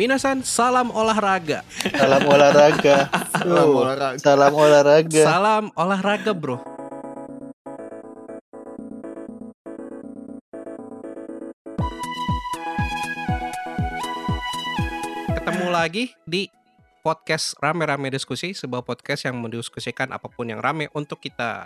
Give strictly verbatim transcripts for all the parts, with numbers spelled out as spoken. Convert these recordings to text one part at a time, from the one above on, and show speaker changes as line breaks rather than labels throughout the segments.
Minasan, salam olahraga.
Salam olahraga.
Salam olahraga.
Salam olahraga.
Salam olahraga, bro. Ketemu lagi di podcast Rame-Rame Diskusi, sebuah podcast yang mendiskusikan apapun yang rame untuk kita.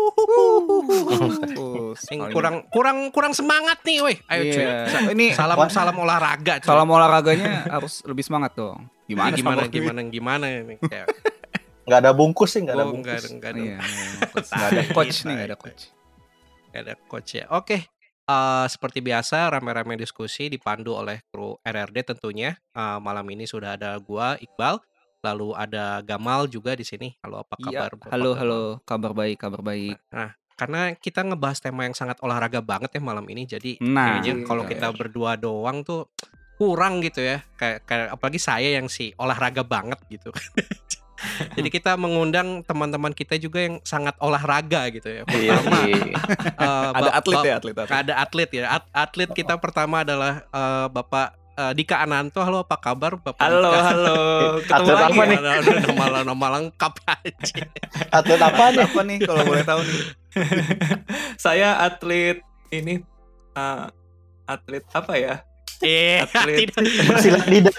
Yang kurang kurang kurang semangat nih, weh. Ayo cuy.
Iya.
Sa-
Ini
salam salam olahraga. Cuy.
salam olahraganya harus lebih semangat dong.
Gimana gimana
sama-
gimana gimana ini kayak
Nggak ada bungkus sih, nggak ada
oh,
bungkus.
enggak ada enggak ada.
Iya, nggak ada coach nih, nggak ada coach.
Nggak ada coach ya. Oke. Eh, seperti biasa rame-rame diskusi dipandu oleh kru R R D tentunya. Eh, malam ini sudah ada gua Iqbal, lalu ada Gamal juga di sini. Halo, apa
Iya,
kabar? Bapak
halo
Gamal?
halo, kabar baik, kabar baik.
Nah, karena kita ngebahas tema yang sangat olahraga banget ya malam ini, jadi
Nah,
kayaknya kalau
iya.
kita berdua doang tuh kurang gitu ya. Kayak, kayak apalagi saya yang si olahraga banget gitu. Jadi kita mengundang teman-teman kita juga yang sangat olahraga gitu ya.
Iya,
Pertama,
iya.
eh,
Ada
Bap-
atlet
Bap-
ya, atlet atlet.
ada atlet ya. At- atlet kita pertama adalah eh, Bapak eh, Dika Ananto. Halo, apa kabar Bapak
Halo,
Dika?
halo. Ketemu
Atlet
lagi
apa
ya?
nih?
Nama, nama, nama lengkap aja.
Atlet apa nih?
Apa nih kalau boleh tahu nih?
Saya atlet ini uh, atlet apa ya?
Eh,
Atlet.
tidak.
Silat lidah.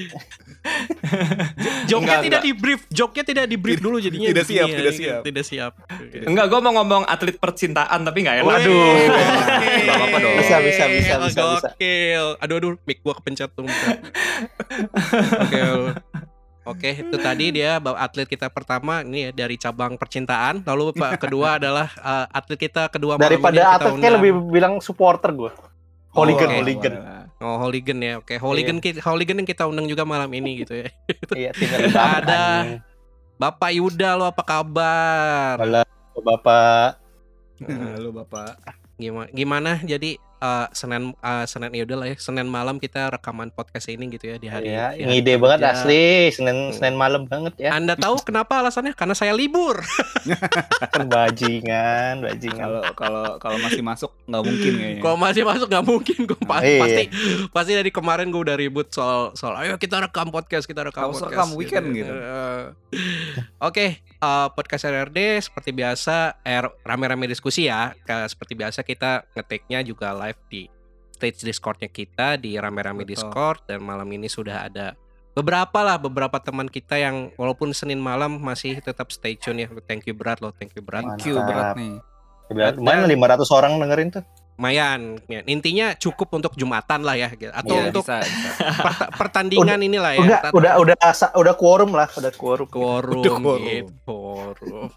Joknya
Enggak,
tidak di brief, joknya tidak di brief dulu jadinya.
Tidak
begini
siap,
ya,
tidak
ini
siap.
Tidak siap.
Enggak, gue mau ngomong atlet percintaan tapi nggak enak.
Waduh.
Nggak apa-apa dong.
Bisa, bisa, bisa, bisa, bisa.
Gokil. Aduh, aduh, mic gua kepencet tuh. bentar. Oke. Oke, itu tadi dia bawa atlet kita pertama ini ya dari cabang percintaan. Lalu Pak kedua adalah uh, atlet kita kedua malam ini
Daripada
kita
atlet kayak
undang.
lebih bilang supporter gue. Hooligan,
oke.
hooligan.
Oh, hooligan ya. Oke, hooligan kita hooligan yang kita undang juga malam ini gitu ya.
Iya, timnya lebih bagus,
Ada.
anjing.
Bapak Yuda, lo apa kabar?
Halo, Bapak.
Halo Bapak.
Gimana gimana jadi uh, Senin uh, Senin ya udah lah ya. Senin malam kita rekaman podcast ini gitu ya di hari.
Iya,
di hari
ngide banget
kerja.
asli. Senin Senin malam banget ya.
Anda tahu kenapa alasannya? Karena saya libur.
Kan bajingan, bajingan.
Kalau kalau kalau masih masuk nggak mungkin kayaknya.
Kalau masih masuk nggak mungkin gue pa-
Iya.
pasti pasti dari kemarin gue udah ribut soal soal ayo kita rekam podcast kita rekam
Harus
podcast
rekam weekend gitu.
Eh, Oke, eh, podcast R R D seperti biasa eh, rame-rame diskusi ya. Kayak seperti biasa kita ngetiknya juga live di stage Discord-nya kita di rame-rame
Betul.
Discord, dan malam ini sudah ada beberapa lah beberapa teman kita yang walaupun Senin malam masih tetap stay tune ya. Thank you berat loh, thank you berat.
Thank you
Mantap.
berat nih.
Lumayan lima ratus orang dengerin tuh.
Lumayan, ya. Intinya cukup untuk Jumatan lah ya, gitu. Atau
Iya,
untuk
Bisa, bisa.
perta- pertandingan inilah ya.
Udah,
Tat-
udah, udah, asa- udah quorum lah, udah quorum.
quorum,
Udah quorum.
gitu, quorum.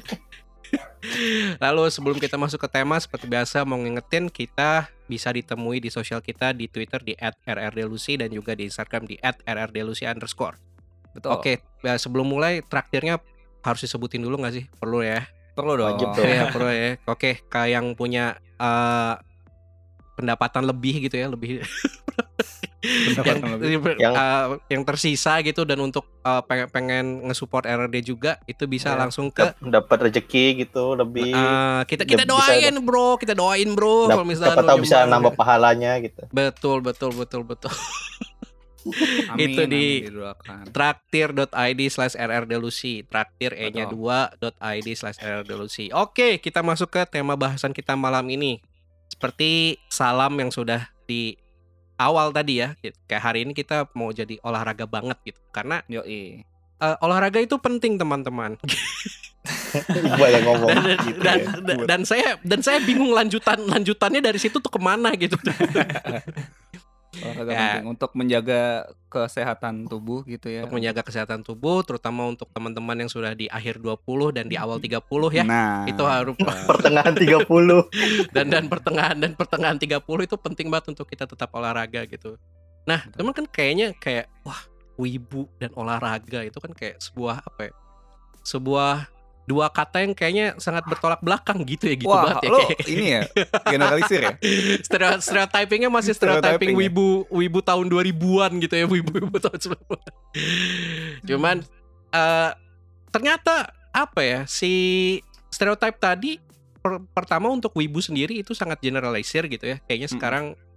Lalu sebelum kita masuk ke tema, seperti biasa mau ngingetin kita bisa ditemui di sosial kita di Twitter di at r r d lucy dan juga di Instagram di at r r d lucy underscore.
Betul.
Oke, ya, sebelum mulai traktirnya harus disebutin dulu nggak sih? Perlu ya?
Perlu dong.
Wajib dong.
Iya, perlu ya. Oke, kayak yang punya eh, pendapatan lebih gitu ya, lebih
Pendapatan
yang,
lebih.
yang,
Yang-
yang tersisa gitu, dan untuk uh, pengen, pengen nge-support R R D juga itu bisa
Ya,
langsung ke
Dap- dapat rezeki gitu lebih.
uh, kita kita
bisa-
doain bro, kita doain bro
Dap-
kalau misalnya
Siapa tahu
lu
bisa
nyumbang.
nambah pahalanya gitu.
Betul betul betul betul.
Amin,
Itu di-
amin, didoakan.
traktir.id slash rrdelusi traktir e nya
Betul.
dua dot id slash rrdelusi. Oke, kita masuk ke tema bahasan kita malam ini. Seperti salam yang sudah di awal tadi ya, kayak hari ini kita mau jadi olahraga banget gitu, karena
Yoi.
uh, olahraga itu penting teman-teman.
Iqbal yang ngomong
dan,
gitu
dan,
ya.
dan, dan saya dan saya bingung lanjutan lanjutannya dari situ tuh kemana gitu.
Olahraga
Ya.
penting untuk menjaga kesehatan tubuh gitu ya.
Untuk menjaga kesehatan tubuh, terutama untuk teman-teman yang sudah di akhir dua puluh dan di awal tiga puluh ya.
Nah,
Itu harus
Pertengahan tiga puluh.
dan dan pertengahan dan pertengahan tiga puluh itu penting banget untuk kita tetap olahraga gitu. Nah, teman kan kayaknya kayak wah, wibu dan olahraga itu kan kayak sebuah apa ya? Sebuah dua kata yang kayaknya sangat bertolak belakang gitu ya, gitu
wah,
banget ya.
lo
Kayak
ini ya generalisir ya.
Stereo- stereotypingnya masih stereotyping
Stereotyping ya.
wibu wibu tahun dua ribuan gitu ya, wibu-wibu tahun sembilan puluhan. Cuman eh, ternyata apa ya, si stereotype tadi per- pertama untuk wibu sendiri itu sangat generalisir gitu ya. Kayaknya
Mm-mm.
sekarang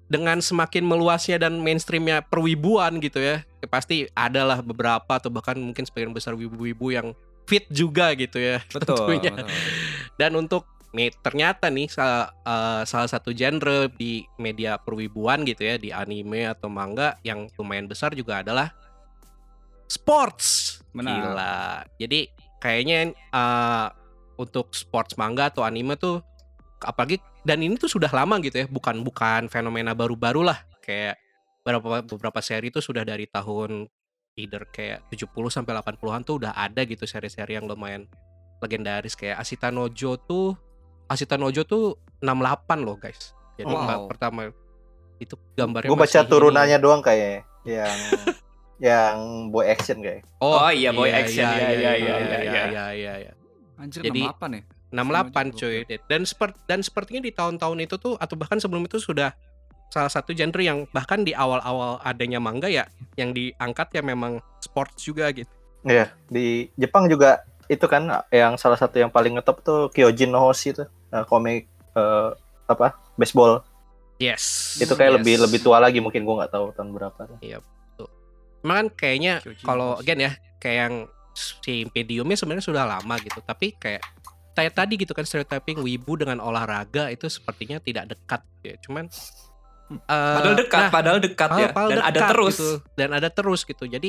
dengan semakin meluasnya dan mainstreamnya perwibuan gitu ya, ya pasti adalah beberapa atau bahkan mungkin sebagian besar wibu-wibu yang fit juga gitu ya.
Betul,
tentunya.
betul.
Dan untuk nih ternyata nih salah, uh, salah satu genre di media perwibuan gitu ya, di anime atau manga yang lumayan besar juga adalah sports.
Benar.
Gila. Jadi kayaknya uh, untuk sports manga atau anime tuh apalagi, dan ini tuh sudah lama gitu ya, bukan bukan fenomena baru-baru lah. Kayak beberapa beberapa seri tuh sudah dari tahun either kayak tujuh puluh sampai delapan puluhan tuh udah ada gitu seri-seri yang lumayan legendaris. Kayak Ashita no Joe tuh Ashita no Joe tuh enam puluh delapan loh guys. Jadi
Wow.
mbak pertama itu gambarnya
Gue baca
masih
turunannya
ini.
doang kayak yang yang boy action kayak.
Oh, iya, boy action. Iya, iya, iya, iya,
iya
iya.
iya iya iya.
Anjir
Jadi,
enam puluh delapan ya?
enam puluh delapan
Sama
cuy.
juga.
Dan seperti dan sepertinya di tahun-tahun itu tuh atau bahkan sebelum itu sudah salah satu genre yang bahkan di awal-awal adanya manga ya yang diangkat ya memang sports juga gitu.
Iya, di Jepang juga itu kan yang salah satu yang paling ngetop tuh Kyojin no Hoshi itu, uh, komik uh, apa? Baseball.
Yes.
Itu kayak
yes.
lebih lebih tua lagi, mungkin gua nggak tahu tahun berapa.
Emang kan kayaknya
Kyojin
kalau
Hoshi.
again ya kayak yang si mediumnya sebenarnya sudah lama gitu, tapi kayak kayak tadi gitu kan stereotyping wibu dengan olahraga itu sepertinya tidak dekat ya. Cuman eh,
Padahal dekat,
nah,
padahal dekat
Oh,
ya.
padahal
Dan ada
dekat
terus.
gitu. Dan ada terus gitu. Jadi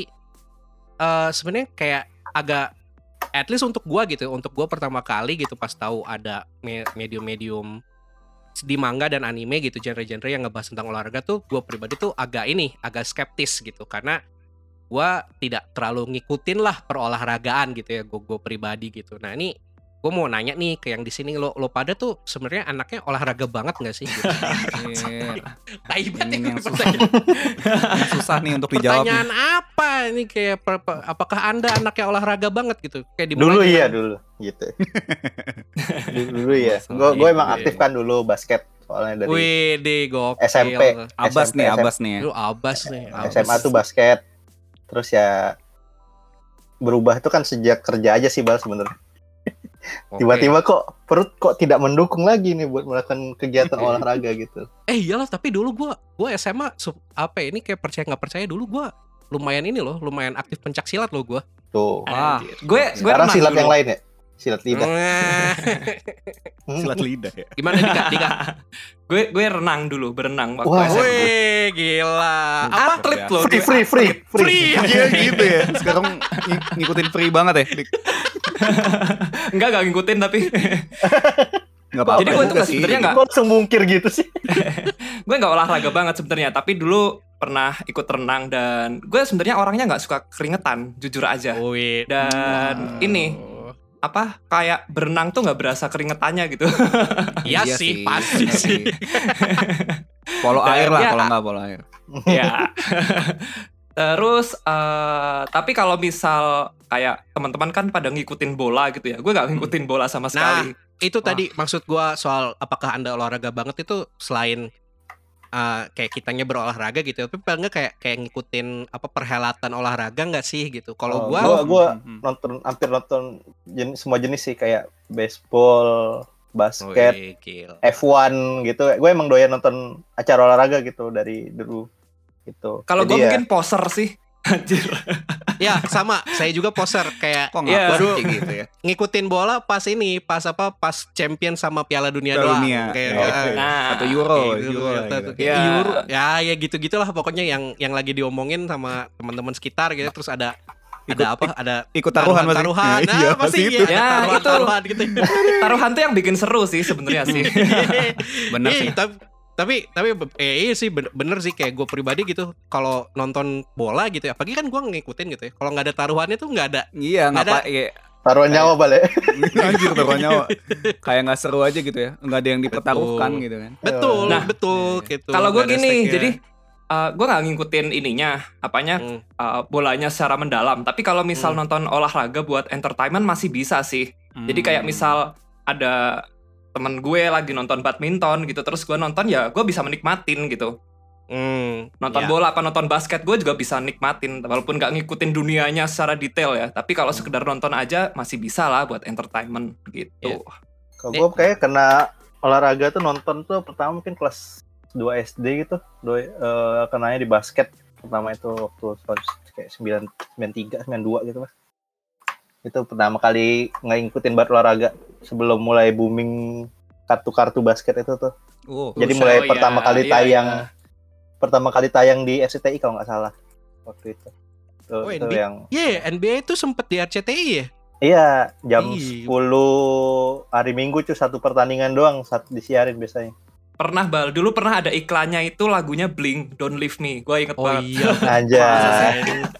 eh sebenarnya kayak agak at least untuk gua gitu, untuk gua pertama kali gitu pas tahu ada me- medium-medium di manga dan anime gitu, genre-genre yang ngebahas tentang olahraga tuh gua pribadi tuh agak ini, agak skeptis gitu karena gua tidak terlalu ngikutin lah perolahragaan gitu ya, gua, gua pribadi gitu. Nah, ini gua mau nanya nih ke yang di sini, lo lo pada tuh sebenarnya anaknya olahraga banget nggak sih? Gitu.
Anjir.
Tai banget
Ini
ya
yang susah.
pertanyaan.
Yang susah nih untuk dijawab.
Pertanyaan apa ini kayak per- per- apakah Anda anaknya olahraga banget gitu? Kayak dimulai
Dulu
dengan-
iya dulu gitu. dulu, dulu ya. Gue gue emang
Iya.
aktif kan dulu basket soalnya dari
Wih, deh gokil.
S M P.
Abas
S M P,
nih,
S M P.
abas nih ya.
Lu abas nih. Abas.
S M A tuh basket. Terus ya berubah itu kan sejak kerja aja sih Bal sebenarnya.
Oke.
Tiba-tiba kok perut kok tidak mendukung lagi nih buat melakukan kegiatan olahraga gitu.
Eh iyalah, tapi dulu gua gua S M A sub- apa ya, ini kayak percaya nggak percaya dulu gua lumayan ini loh, lumayan aktif pencak silat loh gua.
Tuh.
Wah.
Anjir. Gue gue
Sekarang
renang
silat
dulu.
yang lain ya? Silat lidah.
Hmm.
Silat lidah ya.
Gimana Dika? Dika?
gue gue renang dulu, berenang waktu
Wah.
S M A.
Wih, gila. Apa?
Atlet loh.
Free,
gue
free, free,
atlet.
free.
Iya gitu ya. Sekarang ng- ngikutin free banget ya. Dik.
Enggak, enggak ngikutin tapi
Nggak apa-apa.
Jadi gue tuh
juga sih.
sebenarnya nggak-
Kok langsung mungkir gitu sih?
gue nggak olahraga banget sebenarnya. Tapi dulu pernah ikut renang dan gue sebenarnya orangnya nggak suka keringetan, jujur aja.
Wih.
Dan ini apa kayak berenang tuh nggak berasa keringetannya gitu.
Iya sih, pasti
bener
sih.
Polo
Dan
air lah
ya-
kalau nggak polo air.
Ya. Terus eh, tapi kalau misal kayak teman-teman kan pada ngikutin bola gitu ya, gue nggak ngikutin bola sama sekali.
Itu tadi maksud gua soal apakah Anda olahraga banget itu selain uh, kayak kitanya berolahraga gitu, tapi paling nggak kayak kayak ngikutin apa perhelatan olahraga nggak sih gitu. Kalau
Oh,
gua
gua gua
Hmm.
nonton hampir nonton jenis, semua jenis sih kayak baseball, basket,
Wih, gila.
F satu gitu. Gue emang doyan nonton acara olahraga gitu dari dulu gitu.
Kalau
Jadi
gue
ya,
mungkin poser sih. Anjir.
Ya sama, saya juga poser kayak
Kok
Iya.
nggak
Waduh.
kayak gitu ya?
ngikutin bola pas ini, pas apa, pas champion sama Piala Dunia
Piala
doang.
Dunia.
Kayak,
Oke.
eh,
Nah,
Atau Euro,
kayak gitu,
Euro lah
gitu.
gitu.
Kayak
Ya.
Euro. Ya, ya gitu-gitulah pokoknya yang yang lagi diomongin sama teman-teman sekitar gitu. Terus ada
Ikut-
ada apa? Ada
Ikut taruhan pasti.
taruhan.
Iya,
Nah,
pasti
pasti
itu.
ya,
Ya,
taruhan,
itu.
taruhan gitu.
taruhan tuh yang bikin seru sih sebenarnya sih.
Bener
Iya,
sih.
tapi tapi tapi eh, iya sih bener, bener sih kayak gue pribadi gitu kalau nonton bola gitu ya, apalagi kan gue ngikutin gitu ya, kalau nggak ada taruhannya tuh nggak ada.
Iya,
Nggak ada-
ngapa ya,
taruhan nyawa balik.
anjir taruhan nyawa. Kayak nggak seru aja gitu ya. Nggak ada yang dipertaruhkan
Betul.
gitu kan.
Betul,
Nah,
betul
iya.
gitu.
Kalau gue
Nggak ada
gini,
stake-nya.
jadi uh, gue nggak ngikutin ininya, apanya
Hmm.
uh, bolanya secara mendalam. Tapi kalau misal
Hmm.
nonton olahraga buat entertainment masih bisa sih. Jadi kayak
Hmm.
misal ada temen gue lagi nonton badminton gitu, terus gue nonton ya gue bisa menikmatin gitu.
Hmm,
Nonton
ya.
bola apa nonton basket gue juga bisa nikmatin, walaupun nggak ngikutin dunianya secara detail ya. Tapi kalau sekedar nonton aja masih bisa lah buat entertainment gitu.
Iya.
Kalau gue kayak kena olahraga tuh nonton tuh pertama mungkin kelas dua S D gitu, dua uh, kenanya di basket pertama itu waktu kayak sembilan sembilan tiga sembilan dua gitu Mas. Itu pertama kali ngikutin banget olahraga sebelum mulai booming kartu-kartu basket itu tuh.
Oh,
Jadi
oh,
mulai
iya,
pertama kali
iya,
tayang
iya.
pertama kali tayang di R C T I kalau nggak salah waktu itu. Tuh,
Oh,
itu
N B A?
yang
Iya, N B A itu sempet di R C T I ya?
iya jam
Ih.
sepuluh hari Minggu tuh satu pertandingan doang satu disiarin biasanya.
Pernah Bal, dulu pernah ada iklannya itu lagunya Blink, Don't Leave Me. Gue inget
Oh
banget.
iya.
Anjay.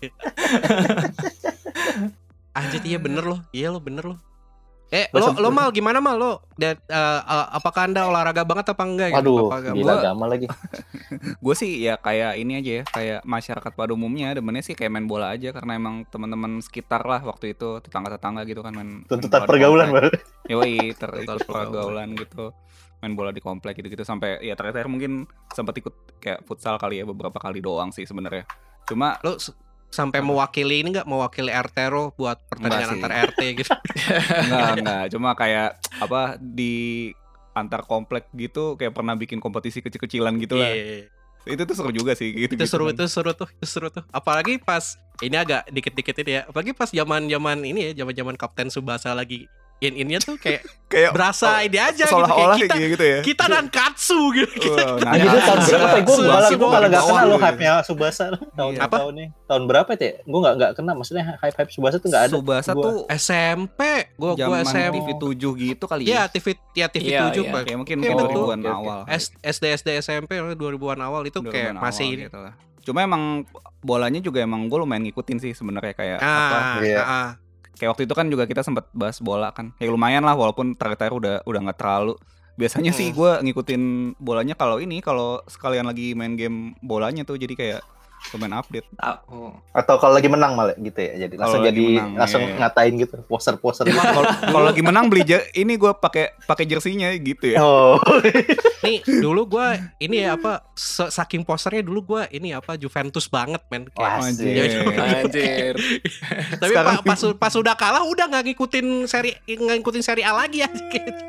Anjir, iya bener loh. Iya lo bener loh. Eh,
Gua
lo
sempet-
lo mal gimana mal lo? Dan, eh, eh, apakah Anda olahraga banget apa enggak gitu?
Waduh,
Apa enggak?
gila
Gua-
gamal lagi.
gue sih ya kayak ini aja ya, kayak masyarakat pada umumnya demennya sih kayak main bola aja karena emang teman-teman sekitar lah waktu itu tetangga-tetangga gitu kan main.
Tuntutan
main bola di
pergaulan,
komplek.
Bang.
Yoi, ter
Tuntutan
ikut
pergaulan.
pergaulan gitu. Main bola di komplek gitu-gitu sampai ya terakhir mungkin sempat ikut kayak futsal kali ya beberapa kali doang sih sebenarnya. Cuma
Lo s- sampai
Apa?
mewakili ini enggak mewakili R T R O buat pertandingan
Enggak
antar
sih.
R T gitu.
enggak enggak, cuma kayak apa di antar komplek gitu kayak pernah bikin kompetisi kecil-kecilan gitu lah.
Iya.
Itu tuh seru juga sih gitu.
Itu seru, itu seru tuh, itu seru tuh. Apalagi pas ini agak dikit-dikit ini ya. Apalagi pas zaman-zaman ini ya, zaman-zaman Kapten Tsubasa lagi in-innya tuh kayak
kayak
berasa ini aja gitu
seolah-olah
kayak kita
kayak gitu ya.
kita dan Katsu gitu.
Wah, nah,
Anjir itu tahun
iya.
berapa ya? Gue
Su-
malah
si
gue malah gak
bawah
kenal loh
gitu.
hype-nya Tsubasa tahun
Iya.
Apa?
tahun ini. Tahun berapa itu ya? Gue gak, gak kena, maksudnya hype-hype Tsubasa tuh gak ada.
Tsubasa
Gua-
tuh
S M P, gua gua
zaman
S M P.
T V tujuh gitu kali
Iya,
ya.
T V ya T V
Iya,
tujuh
iya.
Pak.
Kayak mungkin
Iya,
kayak
betul.
dua ribuan
Oke, oke.
awal.
S- SD S D S M P dua ribuan awal itu
dua
kayak
ribuan
masih
awal
ini.
gitu lah. Cuma emang bolanya juga emang gue lumayan ngikutin sih sebenarnya kayak
Ah,
apa.
Iya.
ah, ah.
Kayak waktu itu kan juga kita sempat bahas bola kan. Ya lumayan lah walaupun terakhir-terakhir udah udah nggak terlalu. Biasanya sih
Hmm.
gue ngikutin bolanya kalau ini kalau sekalian lagi main game bolanya tuh jadi kayak lumayan update.
Tahu.
Atau kalau lagi menang malah gitu ya. Jadi langsung
Kalau lagi
jadi
menang,
langsung
iya.
ngatain gitu, poster-poster. gitu.
Kalau kalau lagi menang beli jer- ini gue pakai pakai jersinya gitu ya.
Oh.
Nih, dulu gua ini ya apa se- saking posternya dulu gua ini apa Juventus banget men kayak.
Wah,
Anjir.
Anjir.
Tapi
Sekarang-
pa- pas pas udah kalah udah nggak ngikutin seri nggak ngikutin seri A lagi ya.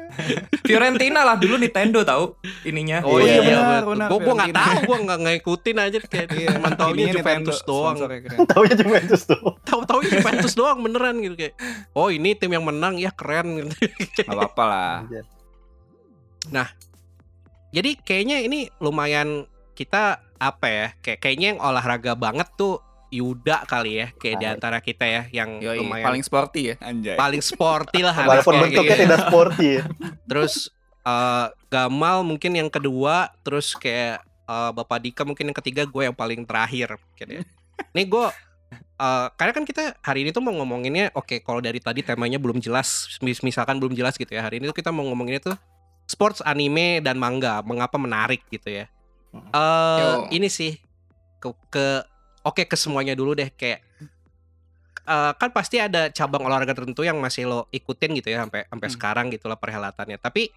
Fiorentina lah dulu Nintendo tahu ininya.
Oh
Iya,
iya,
iya,
benar,
betul.
benar,
Gua gua nggak
Fiorentina.
tahu, gua nggak ngikutin aja kayak
Iya,
cuma taunya
ininya
Juventus
Nintendo
doang.
sponsornya keren.
Taunya Juventus tuh.
Tahu-tahu Juventus doang beneran gitu kayak. Oh, ini tim yang menang ya keren gitu.
Gak apa-apa lah.
Jadi kayaknya ini lumayan kita apa ya? Kayak kayaknya yang olahraga banget tuh Yuda kali ya, kayak di
Ah.
antara kita ya yang
Yoi,
lumayan
paling sporty ya anjay.
paling sporty lah
Walaupun
anaknya
bentuknya
kayak.
tidak sporty ya.
Terus eh, Gamal mungkin yang kedua, terus kayak eh, Bapak Dika mungkin yang ketiga, gue yang paling terakhir mungkin ya. Nih gue eh, karena kan kita hari ini tuh mau ngomonginnya, oke kalau dari tadi temanya belum jelas, mis- misalkan belum jelas gitu ya. Hari ini tuh kita mau ngomonginnya tuh sports, anime dan manga, mengapa menarik gitu ya. Eh
Yo.
ini sih ke, ke oke ke semuanya dulu deh kayak eh, kan pasti ada cabang olahraga tertentu yang masih lo ikutin gitu ya sampai sampai
Hmm.
sekarang gitulah perhelatannya. Tapi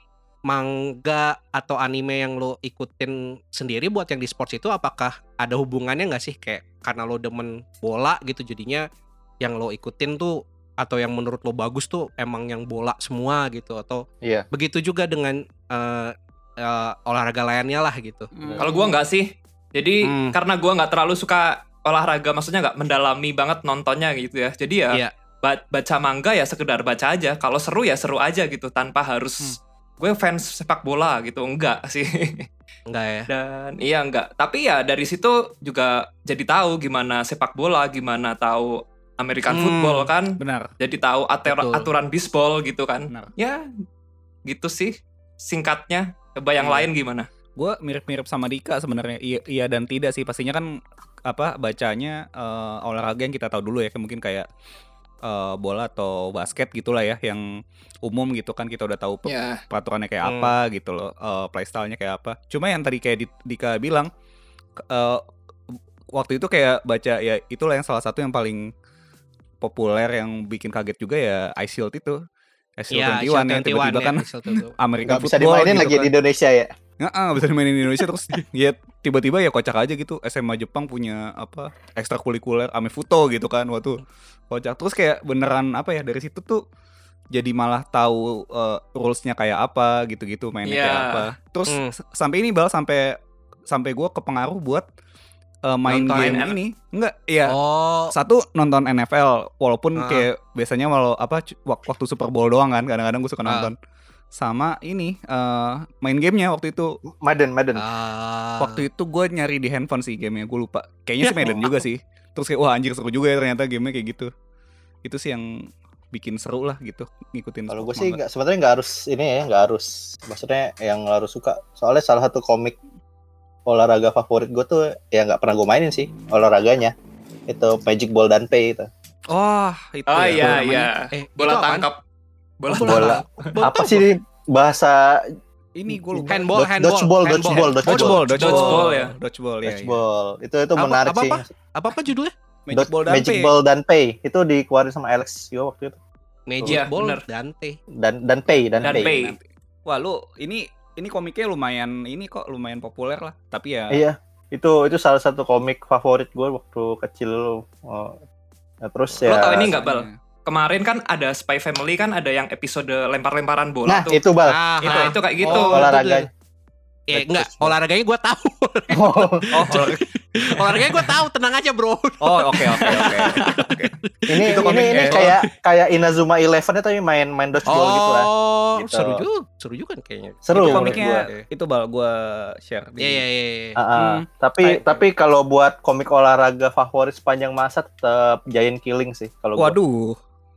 manga atau anime yang lo ikutin sendiri buat yang di sports itu apakah ada hubungannya nggak sih kayak karena lo demen bola gitu jadinya yang lo ikutin tuh atau yang menurut lo bagus tuh emang yang bola semua gitu atau
Iya.
begitu juga dengan eh, eh, olahraga lainnya lah gitu.
Hmm.
Kalau gua nggak sih. Jadi
Hmm.
karena gua nggak terlalu suka olahraga, maksudnya nggak mendalami banget nontonnya gitu ya. Jadi ya
Iya.
ba- baca manga ya sekedar baca aja. Kalau seru ya seru aja gitu, tanpa harus gue fans sepak bola gitu, enggak sih.
Enggak ya.
Dan iya enggak. Tapi ya dari situ juga jadi tahu gimana sepak bola, gimana tahu American
Hmm.
football kan.
Benar.
Jadi tahu atur-
Betul.
aturan bisbol gitu kan.
Benar.
Ya gitu sih singkatnya. Coba yang
Iya.
lain gimana?
Gue mirip-mirip sama Dika sebenarnya. Iya, iya dan tidak sih. Pastinya kan apa bacanya eh, olahraga yang kita tahu dulu ya. Kayak mungkin kayak eh, bola atau basket gitulah ya, yang umum gitu kan kita udah tahu pe-
Ya.
peraturannya kayak
Hmm.
apa gitu loh, eh, playstyle-nya kayak apa. Cuma yang tadi kayak Di- Dika bilang ke- eh, waktu itu kayak baca ya itulah yang salah satu yang paling populer yang bikin kaget juga ya Ice Shield itu. Ice Shield
Iya,
dua puluh satu yang tiba-tiba kan American
Nggak bisa
football
dimainin
gitu
lagi
kan.
di Indonesia ya.
Nggak, bisa dimainin di Indonesia terus ya tiba-tiba ya kocak aja gitu. S M A Jepang punya apa ekstrakurikuler Amefuto gitu kan. Waktu kocak terus kayak beneran apa ya dari situ tuh jadi malah tahu uh, rules-nya kayak apa gitu-gitu mainnya
Iya.
kayak apa. Terus
Hmm.
s- sampai ini bal sampai sampai gue kepengaruh buat uh, main
Nonton
game
N F L.
ini. Enggak, iya.
Oh,
Satu nonton N F L, walaupun
Ah.
kayak biasanya walau apa cu- wak- waktu Super Bowl doang kan, kadang-kadang gue suka
Ah.
nonton. Sama ini uh, main gamenya waktu itu.
Madden, Madden.
ah.
Waktu itu gue nyari di handphone sih gamenya, gue lupa. Kayaknya sih
Ya.
Madden juga sih. Terus kayak wah anjir seru juga ya ternyata gamenya kayak gitu. Itu sih yang bikin seru lah gitu ngikutin.
Kalau gue
sports
sih
manga.
nggak, sebenarnya nggak harus ini ya, nggak harus, maksudnya yang harus suka. Soalnya salah satu komik olahraga favorit gue tuh ya nggak pernah gue mainin sih olahraganya. Itu Magic Ball dan Pay itu.
Oh itu
Oh
ya,
iya
namanya.
iya.
Eh,
Bola
itu apaan?
tangkap. Bola.
Oh,
Bola.
Bola
Apa sih ini bahasa
Ini gue lupa.
Handball,
Dodge-
handball,
dodgeball,
handball.
dodgeball,
Dodgeball,
dodgeball,
dodgeball,
Dodgeball, ya.
Dodgeball, ya.
dodgeball. Itu itu
Apa-
menarik
apa-
sih.
apa? Apa-apa judulnya?
Magic
Dot-
Ball dan
Magic
Pay.
Ball dan Pay itu dikeluarin sama Alex Yo waktu itu.
Magic
Iya,
Ball
bener.
Dante.
Dan dan Pay dan,
Dan
Pay.
Pay.
Wah lu ini ini komiknya lumayan ini kok lumayan populer lah. Tapi ya
Iya, itu itu salah satu komik favorit gue waktu kecil. Oh, nah, terus
Lo
ya.
tau ini nggak, Bal?
rasanya.
Kemarin kan ada Spy Family kan ada yang episode lempar-lemparan bola
Nah,
tuh.
itu Bal.
Ah,
itu
ah.
itu kayak gitu.
Oh,
Olahraga.
Ya enggak, olahraganya gue tahu.
Oh,
Oh, olahraga-
olahraganya gue tahu, tenang aja bro.
oh oke oke oke.
ini
Itu
ini
komik
ini
ya.
kayak kayak Inazuma Eleven tapi main main dodgeball gitu lah.
Oh,
Gitu.
seru juga, seru juga kan kayaknya.
Seru
Itu
menurut
komiknya
gua.
itu bal gue share di.
Iya iya iya.
Ah, ah.
Hmm.
Tapi
Kayak-
tapi kalau buat komik olahraga favorit sepanjang masa tetap Giant Killing sih kalau gua.
Waduh.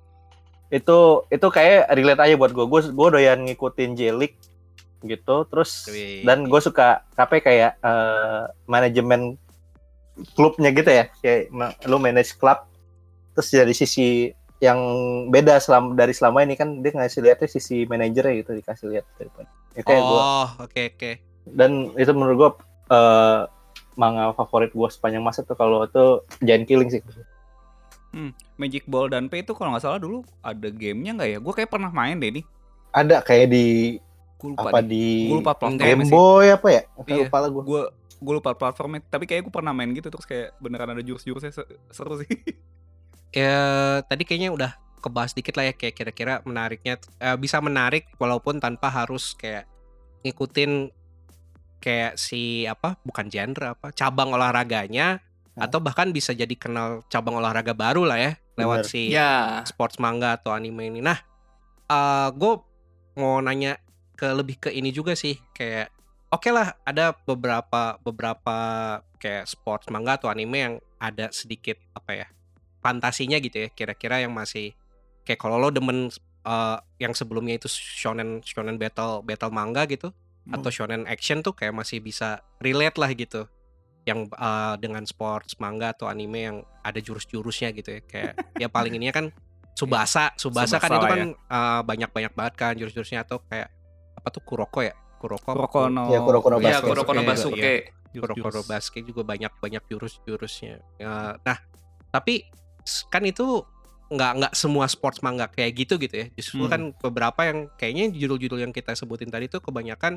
Itu itu kayak relate aja buat gue. Gue gue doyan ngikutin J-League gitu. Terus
Wih.
dan gue suka apa ya, kayak eh, manajemen klubnya gitu ya. Kayak ma- lu manage klub. Terus dari sisi yang beda selama dari selama ini kan dia ngasih lihatnya sisi manajernya gitu, dikasih lihat daripada. Ya, kayak gua.
Oh, oke oke.
Dan itu menurut gue eh, manga favorit gue sepanjang masa tuh kalau itu Giant Killing sih.
Magic Ball dan Pay itu kalau nggak salah dulu ada gamenya nggak ya? Gue kayak pernah main deh nih.
Ada kayak di
Gue lupa
apa
deh.
di
Gue lupa platformnya
Game
sih.
Boy apa ya?
Iya.
Lupa lah gue.
Gue gue lupa platformnya. Tapi kayak gue pernah main gitu terus kayak beneran ada jurus-jurusnya se- seru sih.
Ya tadi kayaknya udah kebahas dikit lah ya, kayak kira-kira menariknya eh, bisa menarik walaupun tanpa harus kayak ngikutin kayak si apa bukan genre apa cabang olahraganya,
Hmm.
atau bahkan bisa jadi kenal cabang olahraga baru lah ya lewat
Bener.
si
Ya.
sports manga atau anime ini. Nah, uh, gue mau nanya ke lebih ke ini juga sih, kayak oke lah ada beberapa beberapa kayak sports manga atau anime yang ada sedikit apa ya fantasinya gitu ya, kira-kira yang masih kayak kalau lo demen uh, yang sebelumnya itu shonen shonen battle battle manga gitu atau shonen action tuh kayak masih bisa relate lah gitu, yang uh, dengan sports manga atau anime yang ada jurus-jurusnya gitu ya, kayak ya paling ininya kan Subasa Subasa kan
Tsubasa
itu
lah
kan uh, banyak-banyak banget kan jurus-jurusnya, atau kayak apa tuh Kuroko ya Kuroko
Kuroko no.
Ya, Kuroko no
Iya,
Basket.
Kuroko no
Iya,
Basuke.
iya.
Kuroko no
Jurus-jurus.
Basket juga banyak-banyak jurus-jurusnya. Ya, nah, tapi s- kan itu nggak nggak semua sports manga kayak gitu gitu ya. Justru
Hmm.
kan beberapa yang kayaknya judul-judul yang kita sebutin tadi tuh kebanyakan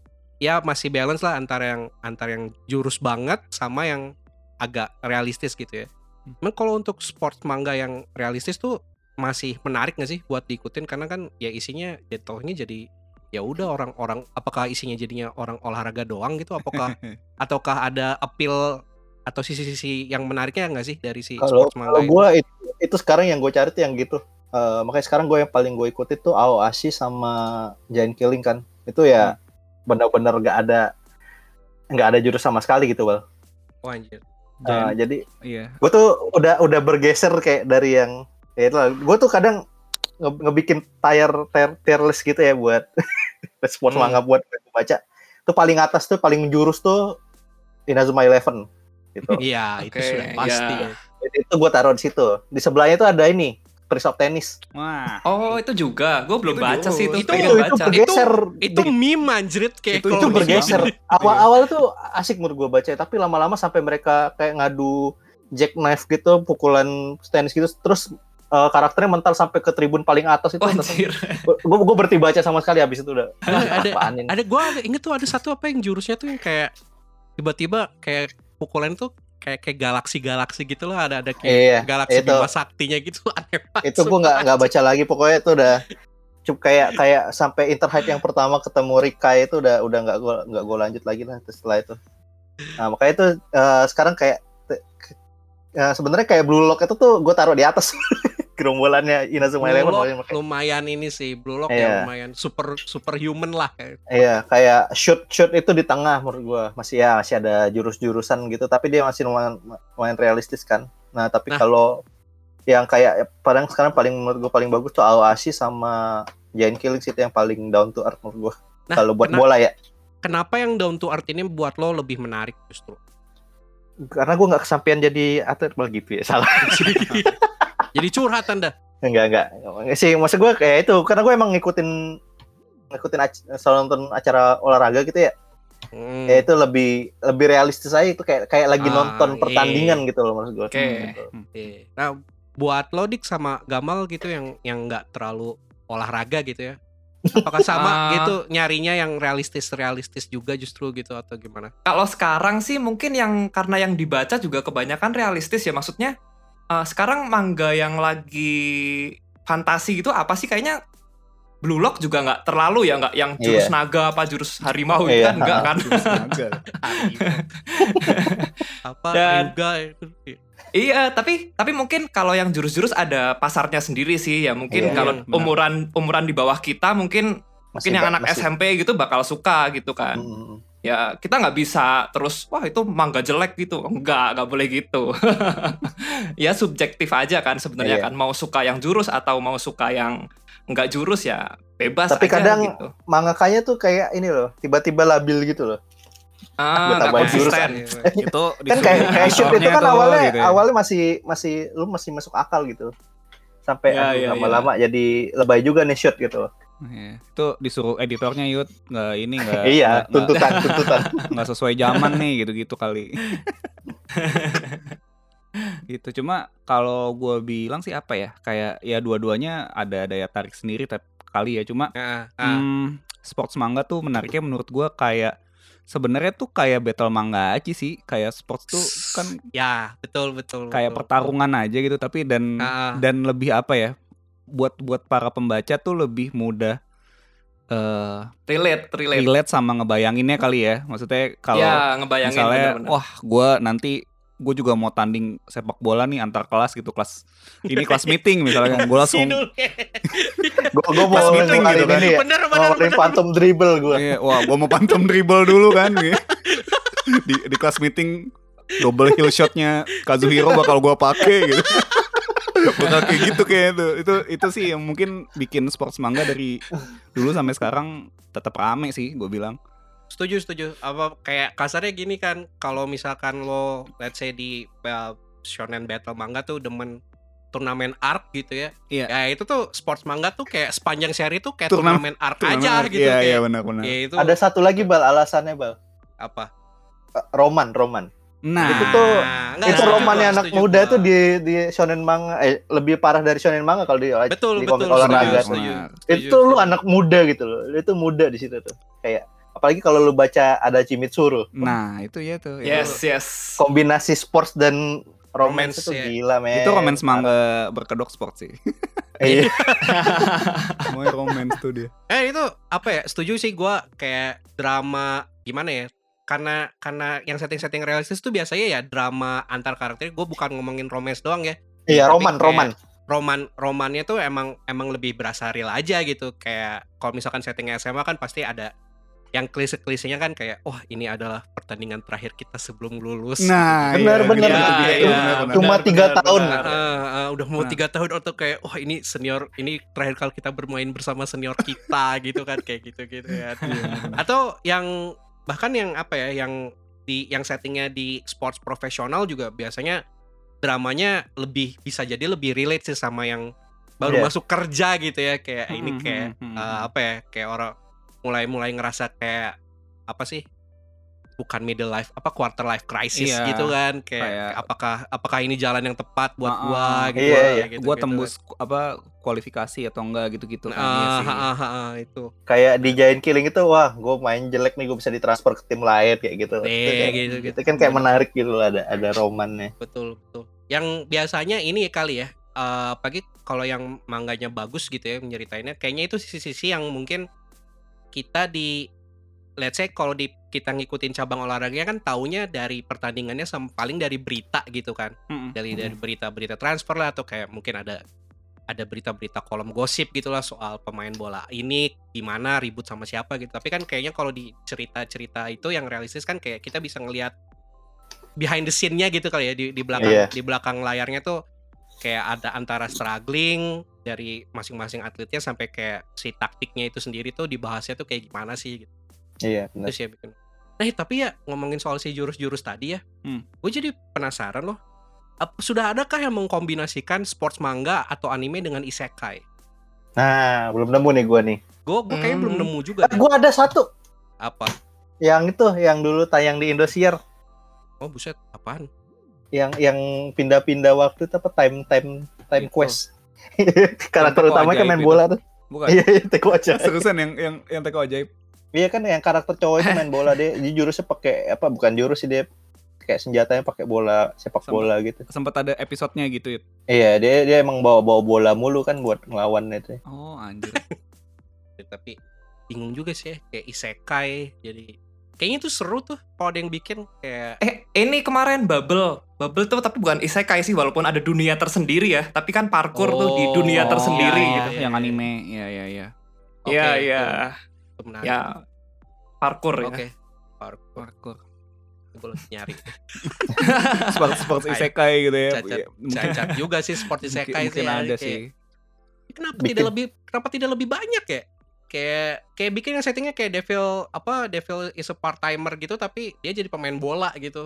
ya masih balance lah antara yang antara yang jurus banget sama yang agak realistis gitu ya. Emang kalau untuk sports manga yang realistis tuh masih menarik nggak sih buat diikutin, karena kan ya isinya jatuhnya jadi ya udah orang-orang, apakah isinya jadinya orang olahraga doang gitu, apakah ataukah ada appeal atau sisi-sisi yang menariknya nggak sih dari si
Kalau
sports manga
kalau
itu?
gue itu, itu sekarang yang gue cari tuh yang gitu. Eh, makanya sekarang gue yang paling gue ikuti tuh Aoashi sama Giant Killing kan. Itu ya benar-benar nggak ada nggak ada jurus sama sekali gitu, Bal.
Oh, anjir.
Eh,
Giant-
jadi
Iya.
gue tuh udah udah bergeser kayak dari yang ya itu lah. Gue tuh kadang nge- ngebikin tier tier, tier list gitu ya buat sports
Hmm.
manga buat gue baca. Tuh paling atas tuh paling jurus tuh Inazuma Eleven gitu.
Iya, itu
Oke,
sudah pasti.
ya.
ya.
Itu gue taruh di situ. Di sebelahnya tuh ada ini Prince of Tennis.
Wah.
Oh, itu juga. Gue belum
Itu
baca
jurus.
sih itu.
Itu-
pengen
itu
baca.
bergeser.
Itu
Di-
meme anjrit kayak
Itu-
itu
kalau
bergeser.
banget.
Awal-awal tuh asik menurut gue baca, tapi lama-lama sampai mereka kayak ngadu jackknife gitu, pukulan tenis gitu, terus eh, karakternya mental sampai ke tribun paling atas itu.
Oh, anjir.
Gue gue berhenti baca sama sekali habis itu udah.
ada
Apaan ini?
ada gue ada inget tuh ada satu apa yang jurusnya tuh yang kayak tiba-tiba kayak pukulan tuh kayak kayak galaksi-galaksi gitu loh, ada ada kayak
Iya,
galaksi
itu.
Bima Saktinya gitu. Aneh banget.
Itu gue nggak nggak baca lagi, pokoknya itu udah cukup kayak kayak sampai Interhide yang pertama ketemu Rikai itu udah udah nggak gue nggak gue lanjut lagi lah setelah itu. Nah, makanya itu uh, sekarang kayak uh, sebenarnya kayak Blue Lock itu tuh gue taruh di atas gerombolannya Inazuma Eleven.
Blue Lock lumayan ini sih, Blue Lock
yeah.
ya lumayan super super human lah kayak.
Iya, kayak shoot shoot itu di tengah menurut gue masih ya masih ada jurus-jurusan gitu, tapi dia masih lumayan lumayan realistis kan. Nah tapi nah. kalau yang kayak paling sekarang paling menurut gue paling bagus tuh Aoashi sama Giant Killing itu yang paling down to earth menurut gue. Nah, kalau buat
kenapa,
bola ya.
Kenapa yang down to earth ini buat lo lebih menarik justru?
Karena gue nggak kesampean jadi atlet bola gitu ya, salah.
Jadi curhat Anda?
Enggak, enggak. Sih, maksud gue kayak itu. Karena gue emang ngikutin ngikutin ac- selalu nonton acara olahraga gitu ya. Hmm. Ya itu lebih lebih realistis aja itu kayak kayak lagi ah, nonton pertandingan iya. gitu loh maksud gue.
Oke. Okay.
Gitu.
Okay. Nah, buat lo Dik sama Gamal gitu yang yang nggak terlalu olahraga gitu ya. Apakah sama uh, gitu nyarinya yang realistis-realistis juga justru gitu atau gimana?
Kalau sekarang sih mungkin yang karena yang dibaca juga kebanyakan realistis ya, maksudnya Uh, sekarang manga yang lagi fantasi gitu apa sih kayaknya Blue Lock juga nggak terlalu ya, nggak yang jurus yeah. naga apa jurus harimau itu
yeah.
kan nggak kan?
Jurus naga.
Apa juga itu?
Iya, tapi tapi mungkin kalau yang jurus-jurus ada pasarnya sendiri sih ya. Mungkin yeah, kalau yeah, umuran umuran di bawah kita mungkin masih mungkin yang anak masih. S M P gitu bakal suka gitu kan. Hmm. Ya kita nggak bisa terus wah itu manga jelek gitu, enggak nggak boleh gitu. Ya subjektif aja kan sebenarnya yeah. kan, mau suka yang jurus atau mau suka yang nggak jurus ya bebas.
Tapi
aja
kadang
gitu.
mangakanya tuh kayak ini loh, tiba-tiba labil gitu loh.
Ah, nggak konsisten.
Itu
kan kayak kayak shoot itu kan awalnya
gitu ya.
awalnya masih masih lu masih masuk akal gitu, sampai
ya, ya,
lama-lama
ya.
jadi lebay juga nih shoot gitu.
Ya, itu disuruh editornya Yud nggak ini nggak
iya
gak,
tuntutan
gak,
tuntutan
nggak sesuai zaman nih gitu-gitu kali. Gitu cuma kalau gue bilang sih apa ya kayak ya dua-duanya ada daya tarik sendiri tapi kali ya cuma
uh, uh.
Hmm, sports manga tuh menariknya menurut gue kayak sebenarnya tuh kayak battle manga aja sih, kayak sports tuh kan
ya betul betul
kayak
betul,
pertarungan betul. aja gitu tapi dan uh. dan lebih apa ya buat buat para pembaca tuh lebih mudah uh,
relate, relate
relate sama ngebayanginnya kali ya, maksudnya kalau
ya, ngebayangin
misalnya
bener-bener.
Wah gue nanti gue juga mau tanding sepak bola nih antar kelas gitu, kelas ini kelas meeting misalnya gue langsung
gue mau meeting gitu kan ya, bener, mau bener, phantom dribble gue
iya, wah gue mau phantom dribble dulu kan gitu. di di kelas meeting double heel shotnya Kazuhiro bakal gue pakai gitu. Bakal kayak gitu kayak itu. Itu itu sih yang mungkin bikin sports manga dari dulu sampai sekarang tetap rame sih gue bilang.
Setuju, setuju. Apa kayak kasarnya gini kan, kalau misalkan lo let's say di uh, shonen battle manga tuh demen turnamen arc gitu ya.
Iya.
Ya itu tuh sports manga tuh kayak sepanjang seri tuh kayak turnamen, turnamen arc turnamen aja arc. gitu
iya,
kayak.
Iya, benar benar.
Ya, itu...
Ada satu lagi Bal alasannya Bal.
Apa?
Uh, roman, roman.
Nah,
itu tuh
nah,
itu romannya anak muda tuh di di shonen manga eh, lebih parah dari shonen manga kalau di
betul,
di
betul,
komik olahraga. Itu lu anak muda gitu loh. Itu muda di situ tuh. Kayak apalagi kalau lu baca ada Chimitsuru.
Nah, itu ya tuh.
Yes,
itu.
yes.
Kombinasi sports dan romance, romance itu ya. Gila, men.
Itu romance manga berkedok sport sih.
Iya.
Semuanya romance tuh dia.
Eh itu apa ya? Setuju sih gua kayak drama gimana ya? Karena karena yang setting-setting realistis tuh biasanya ya drama antar karakter. Gue bukan ngomongin romance doang ya.
Iya, roman, roman.
Roman romannya tuh emang emang lebih berasa real aja gitu. Kayak kalau misalkan settingnya S M A kan pasti ada yang klise-klisenya kan kayak wah ini adalah pertandingan terakhir kita sebelum lulus.
Nah, benar
gitu.
benar
Ya,
gitu.
ya,
ya, cuma tiga tahun.
Benar. Uh, uh, udah mau tiga nah. tahun atau kayak wah ini senior, ini terakhir kali kita bermain bersama senior kita gitu kan kayak gitu-gitu ya. Atau yang bahkan yang apa ya yang di yang settingnya di sports profesional juga biasanya dramanya lebih bisa jadi lebih relate sih sama yang baru yeah. masuk kerja gitu ya kayak hmm, ini kayak hmm, hmm, uh, apa ya kayak orang mulai-mulai ngerasa kayak apa sih bukan middle life apa quarter life crisis yeah. gitu kan kayak, kayak apakah apakah ini jalan yang tepat buat uh, gua gitu
iya,
ya,
iya.
gitu,
gua
gitu,
tembus
kan.
apa kualifikasi atau enggak gitu-gitu kan
uh,
iya sih.
Uh, uh, uh, itu
kayak di Giant Killing itu wah gua main jelek nih gua bisa ditransfer ke tim lain kayak gitu.
Eh,
itu, kayak,
gitu, gitu.
itu kan kayak menarik gitu loh, ada ada romannya.
Betul betul. Yang biasanya ini kali ya uh, apalagi kalau yang mangganya bagus gitu ya menceritainnya kayaknya itu sisi-sisi yang mungkin kita di let's say kalau di kita ngikutin cabang olahraganya kan taunya dari pertandingannya sama paling dari berita gitu kan.
Mm-mm.
Dari dari berita-berita transfer lah atau kayak mungkin ada ada berita-berita kolom gosip gitulah soal pemain bola ini gimana ribut sama siapa gitu. Tapi kan kayaknya kalau di cerita-cerita itu yang realistis kan kayak kita bisa ngelihat behind the scene-nya gitu kali ya di di belakang
Iya.
di belakang layarnya tuh kayak ada antara struggling dari masing-masing atletnya sampai kayak si taktiknya itu sendiri tuh dibahasnya tuh kayak gimana sih gitu.
Iya, benar.
Terus ya bikin. Nah, tapi ya ngomongin soal si jurus-jurus tadi ya.
Hmm.
Gue jadi penasaran loh. Ap- Sudah adakah yang mengkombinasikan sports manga atau anime dengan isekai?
Nah, belum nemu nih gua nih.
Gue gue kayaknya
Hmm.
belum nemu juga
Eh,
deh.
gua ada satu.
Apa?
Yang itu, yang dulu tayang di Indosiar.
Oh buset, apaan?
Yang yang pindah-pindah waktu itu apa time time time
Itu.
quest. Karakter
Teko
utamanya kan
ajaib
main
itu.
bola tuh.
Bukan.
Iya, iya, teko aja.
Seriusan yang yang yang teko ajaib.
Iya kan yang karakter cowok itu main bola dia, dia jurusnya pakai apa? Bukan jurus sih, dia kayak senjatanya pakai bola sepak
Sama.
bola gitu.
Sempat ada episodenya gitu ya.
Iya, dia dia emang bawa-bawa bola mulu kan buat ngelawan itu.
Oh anjir.
Ya, tapi bingung juga sih ya, kayak isekai. Jadi kayaknya itu seru tuh kalau ada yang bikin kayak
Eh, ini kemarin Bubble. Bubble tuh tapi bukan isekai sih, walaupun ada dunia tersendiri ya. Tapi kan parkour tuh di dunia
Oh,
tersendiri
iya,
gitu.
iya.
Yang anime, ya ya ya.
oke,
Iya,
itu-
iya.
itu menarik.
Ya, parkour ya.
Oke. Parkour.
Parkour.
Gue lagi nyari.
Sport sport isekai gitu ya.
Cacat,
Ya, mungkin-
cacat juga sih sport
mungkin,
isekai
mungkin
sih. ya.
ada
Kayak,
sih.
Kenapa
Bikin.
tidak lebih kenapa tidak lebih banyak ya? Kayak kayak bikin yang settingnya kayak Devil apa Devil is a part timer gitu tapi dia jadi pemain bola gitu.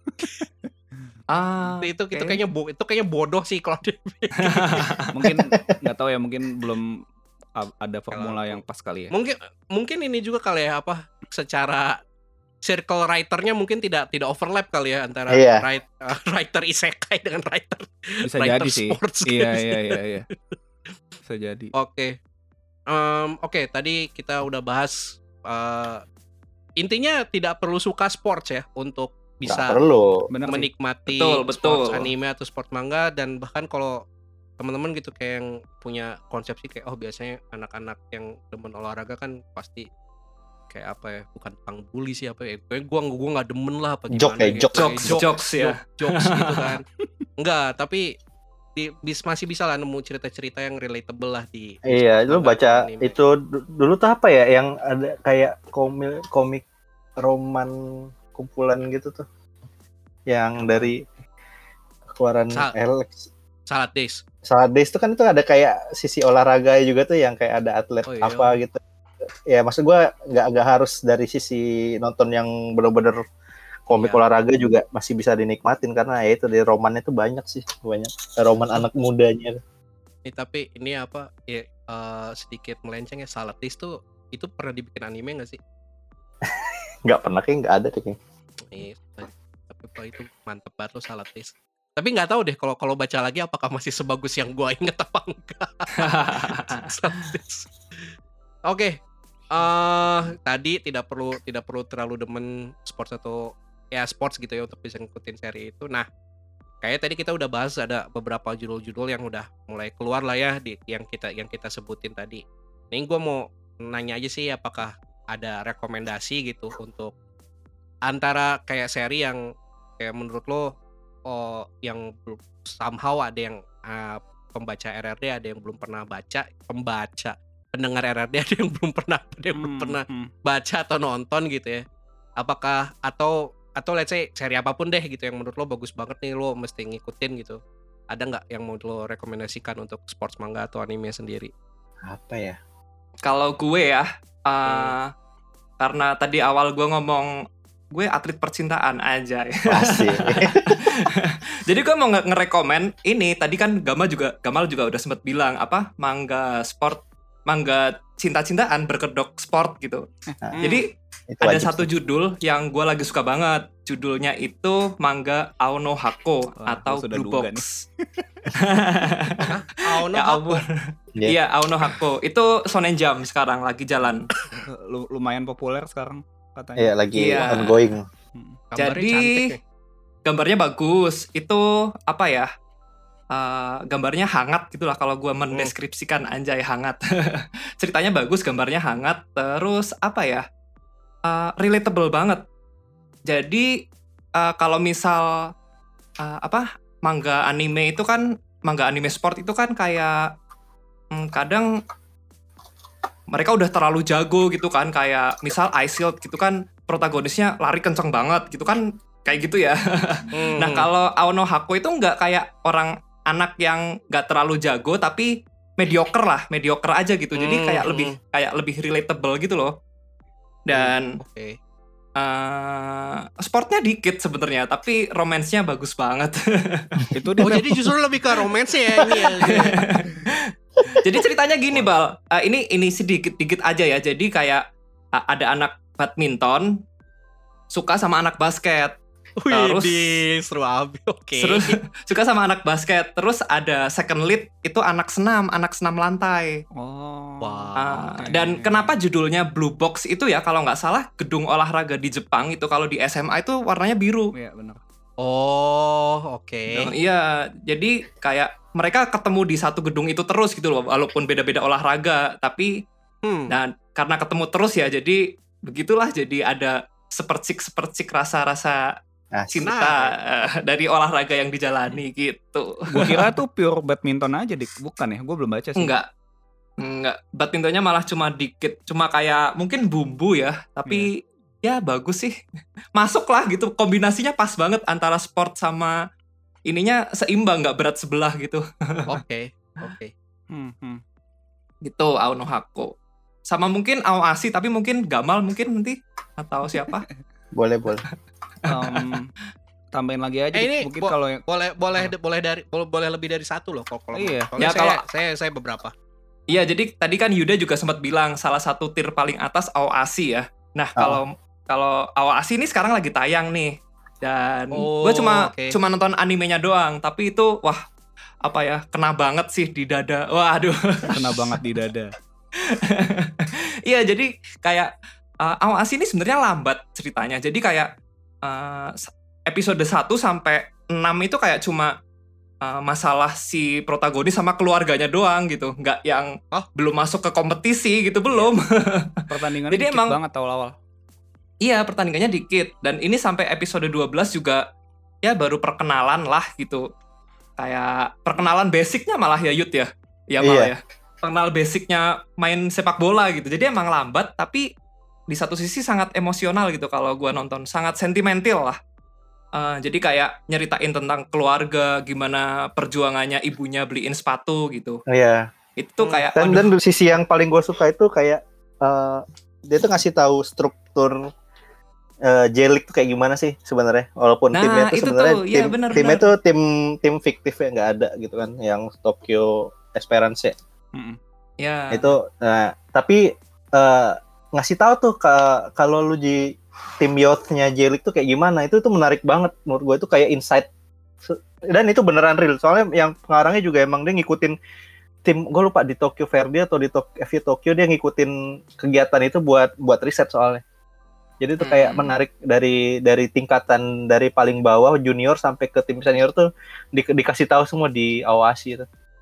Ah,
itu itu
oke.
kayaknya bo, itu kayaknya bodoh sih kalau dia
Mungkin nggak tahu ya, mungkin belum a- ada formula
Kalau-
yang pas kali ya.
mungkin mungkin ini juga kali ya apa secara circle writernya mungkin tidak tidak overlap kali ya antara
Iya.
write- uh, writer isekai dengan writer.
Bisa
writer
jadi sih.
sports
Iya
gitu.
iya iya iya. Bisa jadi.
Oke. Em, Oke, tadi kita udah bahas eh, intinya tidak perlu suka sports ya untuk
Nggak
bisa
perlu.
Benar sih.
menikmati
Betul,
sports
betul.
anime atau sport manga dan bahkan kalau teman-teman gitu kayak yang punya konsepsi kayak oh biasanya anak-anak yang demen olahraga kan pasti kayak apa ya bukan tukang bully sih apa ya kayak gua gua nggak demen lah apa
Joke
gimana
ya,
gitu.
jokes.
Kayak
Jokes, jokes ya.
joke- jokes gitu kan enggak tapi di, bis- masih bisa lah nemu cerita-cerita yang relatable lah di di
Iya,
sport
lu
manga
baca
atau anime.
itu du- dulu tuh apa ya yang ada kayak komik komik roman kumpulan gitu tuh. Yang dari keluaran
Sa-
Alex
Salad Days.
Salad Days itu kan itu ada kayak sisi olahraga juga tuh yang kayak ada atlet
Oh, iya.
apa gitu. Ya maksud gua nggak nggak harus dari sisi nonton yang bener-bener komik
Iya.
olahraga juga masih bisa dinikmatin karena ya itu di romannya tuh banyak sih banyak roman anak mudanya.
Ini tapi ini apa ya eh, sedikit melenceng ya Salad Days tuh itu pernah dibikin anime nggak sih?
Nggak pernah kayak nggak ada kayaknya.
Iya, tapi Pak itu mantep banget lo Salad Days. Tapi nggak tahu deh kalau kalau baca lagi apakah masih sebagus yang gua inget apa enggak. Salad Days. Oke, eh tadi tidak perlu tidak perlu terlalu demen sports atau ya sports gitu ya untuk bisa ngikutin seri itu. Nah, kayak tadi kita udah bahas ada beberapa judul-judul yang udah mulai keluar lah ya di yang kita yang kita sebutin tadi. Ini gue mau nanya aja sih apakah ada rekomendasi gitu untuk antara kayak seri yang kayak menurut lo oh, yang belum somehow ada yang uh, pembaca R R D ada yang belum pernah baca, pembaca pendengar R R D ada yang belum pernah ada yang belum
Hmm,
pernah
hmm.
baca atau nonton gitu ya. Apakah atau atau let's say seri apapun deh gitu yang menurut lo bagus banget nih lo mesti ngikutin gitu. Ada nggak yang mau lo rekomendasikan untuk sports manga atau anime sendiri?
Apa ya?
Kalau gue ya, uh, karena tadi awal gue ngomong gue atlet percintaan aja ya.
Asik.
Jadi gue mau nge- ngerekomen ini tadi kan Gamal juga Gamal juga udah sempet bilang apa manga sport manga cinta-cintaan berkedok sport gitu.
Nah,
Jadi
itu
ada
wajib
satu
sih.
judul yang gue lagi suka banget. Judulnya itu manga Aono Hako
Wah,
atau
gua sudah
Blue
duga
Box.
Oh, no,
Ya
aku.
ampun.
Iya.
Iya, Aono Hako. Itu Shonen Jump sekarang lagi jalan.
Lu- lumayan populer sekarang katanya.
Iya, lagi
Iya.
ongoing.
Hmm.
Gambarnya
Jadi
cantik nih.
gambarnya bagus. Itu apa ya? Uh, gambarnya hangat gitulah kalau gue mendeskripsikan anjay hangat. Ceritanya bagus, gambarnya hangat. Terus apa ya? uh, relatable banget. Jadi uh, kalau misal uh, apa manga anime itu kan manga anime sport itu kan kayak hmm, kadang mereka udah terlalu jago gitu kan, kayak misal Ice Shield gitu kan protagonisnya lari kenceng banget gitu kan, kayak gitu ya.
Hmm.
Nah kalau Ao no Hako itu nggak kayak orang anak yang nggak terlalu jago tapi mediocre lah, mediocre aja gitu. Jadi
Hmm,
kayak
hmm.
lebih kayak lebih relatable gitu loh. Dan
Oke.
uh, sportnya dikit sebenarnya, tapi romansnya bagus banget.
Itu dia
Oh jadi justru lebih ke romance ya ini ya.
Jadi ceritanya gini Bal, uh, ini ini sedikit-dikit aja ya. Jadi kayak uh, ada anak badminton suka sama anak basket. Terus
Wih, seru abis. Oke.
Terus suka sama anak basket. Terus ada second lead itu anak senam, anak senam lantai.
Oh.
Wah.
Uh,
oke.
dan kenapa judulnya Blue Box itu ya? Kalau nggak salah gedung olahraga di Jepang itu kalau di S M A itu warnanya biru.
Iya benar.
Oh, oke.
Nah, iya, jadi kayak mereka ketemu di satu gedung itu terus gitu loh, walaupun beda-beda olahraga, tapi
Hmm.
dan karena ketemu terus ya, jadi begitulah, jadi ada sepercik-sepercik rasa-rasa
Asik.
cinta eh, dari olahraga yang dijalani gitu.
Gue kira tuh pure badminton aja, Dik. Bukan ya? Gue belum baca sih.
Enggak, enggak. Badmintonnya malah cuma dikit, cuma kayak mungkin bumbu ya, tapi ya bagus sih. Masuk lah gitu, kombinasinya pas banget antara sport sama ininya seimbang, nggak berat sebelah gitu.
Oke. Oke.
Hmm, hmm.
Gitu, Ao no Hako. Sama mungkin Aoashi, tapi mungkin Gamal mungkin nanti atau siapa?
Boleh, boleh.
Um, tambahin lagi aja.
Eh,
Dik.
ini
Mungkin
bo-
kalau yang
Boleh boleh
Apa?
boleh dari boleh, boleh lebih dari satu loh kalau kalau
Iya.
kalau
Ya,
saya,
kalau-
saya saya beberapa.
Iya, jadi tadi kan Yuda juga sempat bilang salah satu tier paling atas Aoashi ya. Nah, kalau kalau Aoashi ini sekarang lagi tayang nih. Dan
Oh,
gue cuma
oke.
cuma nonton animenya doang, tapi itu wah apa ya, kena banget sih di dada. Wah, aduh.
kena banget di dada.
Iya, jadi kayak uh, Aoashi ini sebenarnya lambat ceritanya. Jadi kayak uh, episode satu sampai enam itu kayak cuma uh, masalah si protagonis sama keluarganya doang gitu. Nggak yang
Oh.
belum masuk ke kompetisi gitu, belum.
Pertandingannya
Jadi
dikit
emang-
banget awal-awal.
Iya, pertandingannya dikit. Dan ini sampai episode dua belas juga ya baru perkenalan lah gitu. Kayak perkenalan basicnya malah ya Yud ya. Ya malah
Iya.
ya. Kenal basicnya main sepak bola gitu. Jadi emang lambat, tapi di satu sisi sangat emosional gitu kalau gua nonton. Sangat sentimental lah. Eh, jadi kayak nyeritain tentang keluarga, gimana perjuangannya ibunya beliin sepatu gitu.
Iya.
Itu kayak,
Dan
waduh,
dan sisi yang paling gue suka itu kayak eh, dia tuh ngasih tahu struktur uh, J-League tuh kayak gimana sih sebenarnya. Walaupun
Nah,
timnya tuh
itu
sebenarnya
tuh, iya,
tim
benar,
timnya
benar.
tuh tim tim fiktif yang nggak ada gitu kan, yang Tokyo Esperance ya.
Mm-mm.
ya.
Itu nah, tapi eh, ngasih tahu tuh ka- kalau lu di tim youth-nya J-League tuh kayak gimana, itu tuh menarik banget menurut gue. Itu kayak insight Se- dan itu beneran real, soalnya yang pengarangnya juga emang dia ngikutin tim, gue lupa di Tokyo Verdy atau di Tok- F U Tokyo, dia ngikutin kegiatan itu buat buat riset soalnya. Jadi itu kayak
Hmm.
menarik dari dari tingkatan dari paling bawah junior sampai ke tim senior tuh di, dikasih tahu semua di Aoashi itu.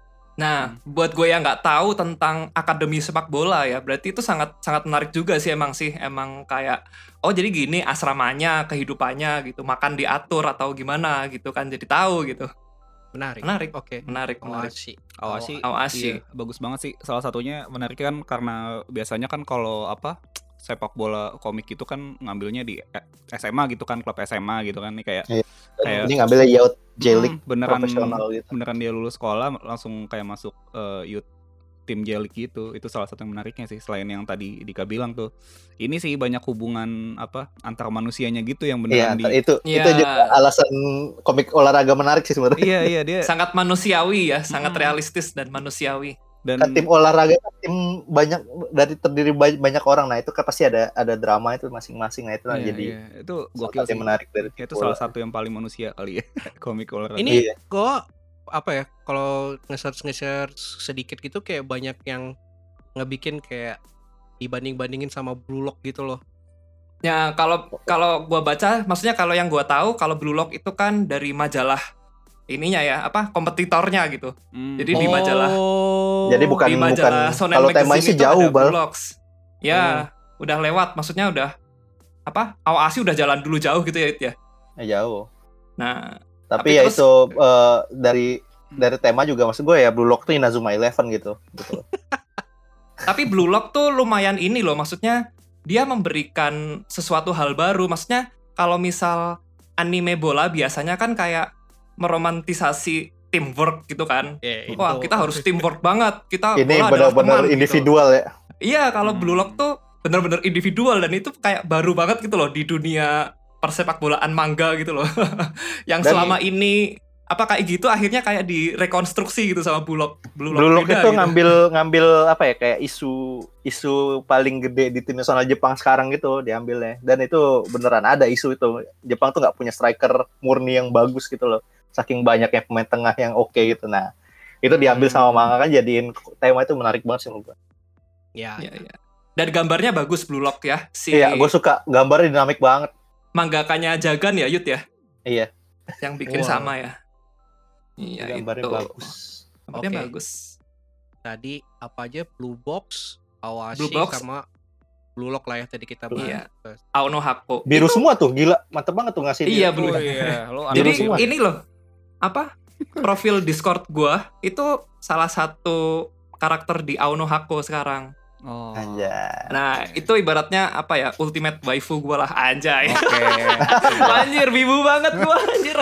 Nah, buat gue yang nggak tahu tentang akademi sepak bola ya, berarti itu sangat sangat menarik juga sih emang sih, emang kayak oh jadi gini asramanya, kehidupannya gitu, makan diatur atau gimana gitu kan, jadi tahu gitu.
Menarik.
Menarik,
Oke.
menarik, menarik.
Aoashi.
Aoashi,
Aoashi.
iya, bagus banget sih. Salah satunya menarik kan karena biasanya kan kalau apa sepak bola komik itu kan ngambilnya di S M A gitu kan, klub S M A gitu kan, nih kayak
Iya.
kayak
Ini ngambilnya youth J-League
hmm, beneran
profesional gitu.
beneran dia lulus sekolah langsung kayak masuk eh, youth tim J-League gitu. Itu salah satu yang menariknya sih, selain yang tadi Dika bilang tuh. Ini sih banyak hubungan apa antar manusianya gitu yang
Iya,
beneran di
itu
Iya.
itu juga alasan komik olahraga menarik sih sebenarnya.
Iya, iya dia
Sangat manusiawi ya, sangat
Hmm.
realistis dan manusiawi.
dan
Kan tim olahraga kan tim banyak dari terdiri ba- banyak orang, nah itu kan pasti ada ada drama itu masing-masing, nah itu lah
iya,
jadi
iya, itu
salah
gokil
satu
sih.
yang menarik dari tim
Itu
bola.
salah satu yang paling manusia kali ya komik olahraga.
Ini
Iya.
gue apa ya, kalau nge-search nge-search sedikit gitu kayak banyak yang ngebikin kayak dibanding-bandingin sama Blue Lock gitu loh.
Ya kalau kalau gua baca, maksudnya kalau yang gua tahu kalau Blue Lock itu kan dari majalah ininya ya, apa kompetitornya gitu.
Hmm.
Jadi di majalah
Oh.
Jadi bukan
di
bukan
majalah Shonen
kalau
Magazine
temanya sih
itu
jauh,
ada
Bal.
Blue Locks. Ya, udah lewat, maksudnya udah apa Aoashi udah jalan dulu jauh gitu ya It ya.
Ya jauh.
Nah,
tapi, tapi ya terus, itu uh, dari dari tema juga maksud gue ya Blue Lock tuh Inazuma Eleven gitu. gitu.
Tapi Blue Lock tuh lumayan ini loh, maksudnya dia memberikan sesuatu hal baru. Maksudnya kalau misal anime bola biasanya kan kayak meromantisasi teamwork gitu kan.
Yeah,
Wah, kita harus teamwork banget. Kita
ini
bola
benar-benar individual gitu. Ya.
Iya, kalau
hmm.
Blue Lock tuh benar-benar individual dan itu kayak baru banget gitu loh di dunia persepak bolaan manga gitu loh. Yang dan selama ini apa kayak gitu akhirnya kayak direkonstruksi gitu sama Blue Lock.
Blue Lock, Blue Lock itu gitu. ngambil ngambil apa ya kayak isu isu paling gede di tim nasional Jepang sekarang gitu diambilnya. Dan itu beneran ada isu itu. Jepang tuh nggak punya striker murni yang bagus gitu loh. Saking banyaknya pemain tengah yang oke okay gitu. Nah, itu diambil sama manga kan jadiin tema itu menarik banget sih menurut gue.
Ya, ya, ya. Dan gambarnya bagus Blue Lock ya. Si
iya, gue suka gambarnya dinamik banget.
Manggakanya Jagan ya, Yud ya?
Iya.
Yang bikin wow. sama ya. Iya,
gambarnya
itu.
bagus.
Gambarnya okay. bagus.
Tadi apa aja Blue Box, Aoashi
Blue Box.
sama Blue Lock lah ya tadi kita bahas.
Iya. Aono Hako.
Biru
itu...
semua tuh, gila. Mantep banget tuh ngasih.
Iya, Blue.
Oh, iya. Lo
jadi
semua.
Ini loh. Apa? Profil Discord gua itu salah satu karakter di Aono Hako sekarang.
Oh.
Anjay.
Nah, itu ibaratnya apa ya? Ultimate waifu gue lah, anjay.
Oke.
Okay. Anjir, bibu banget gue, anjir.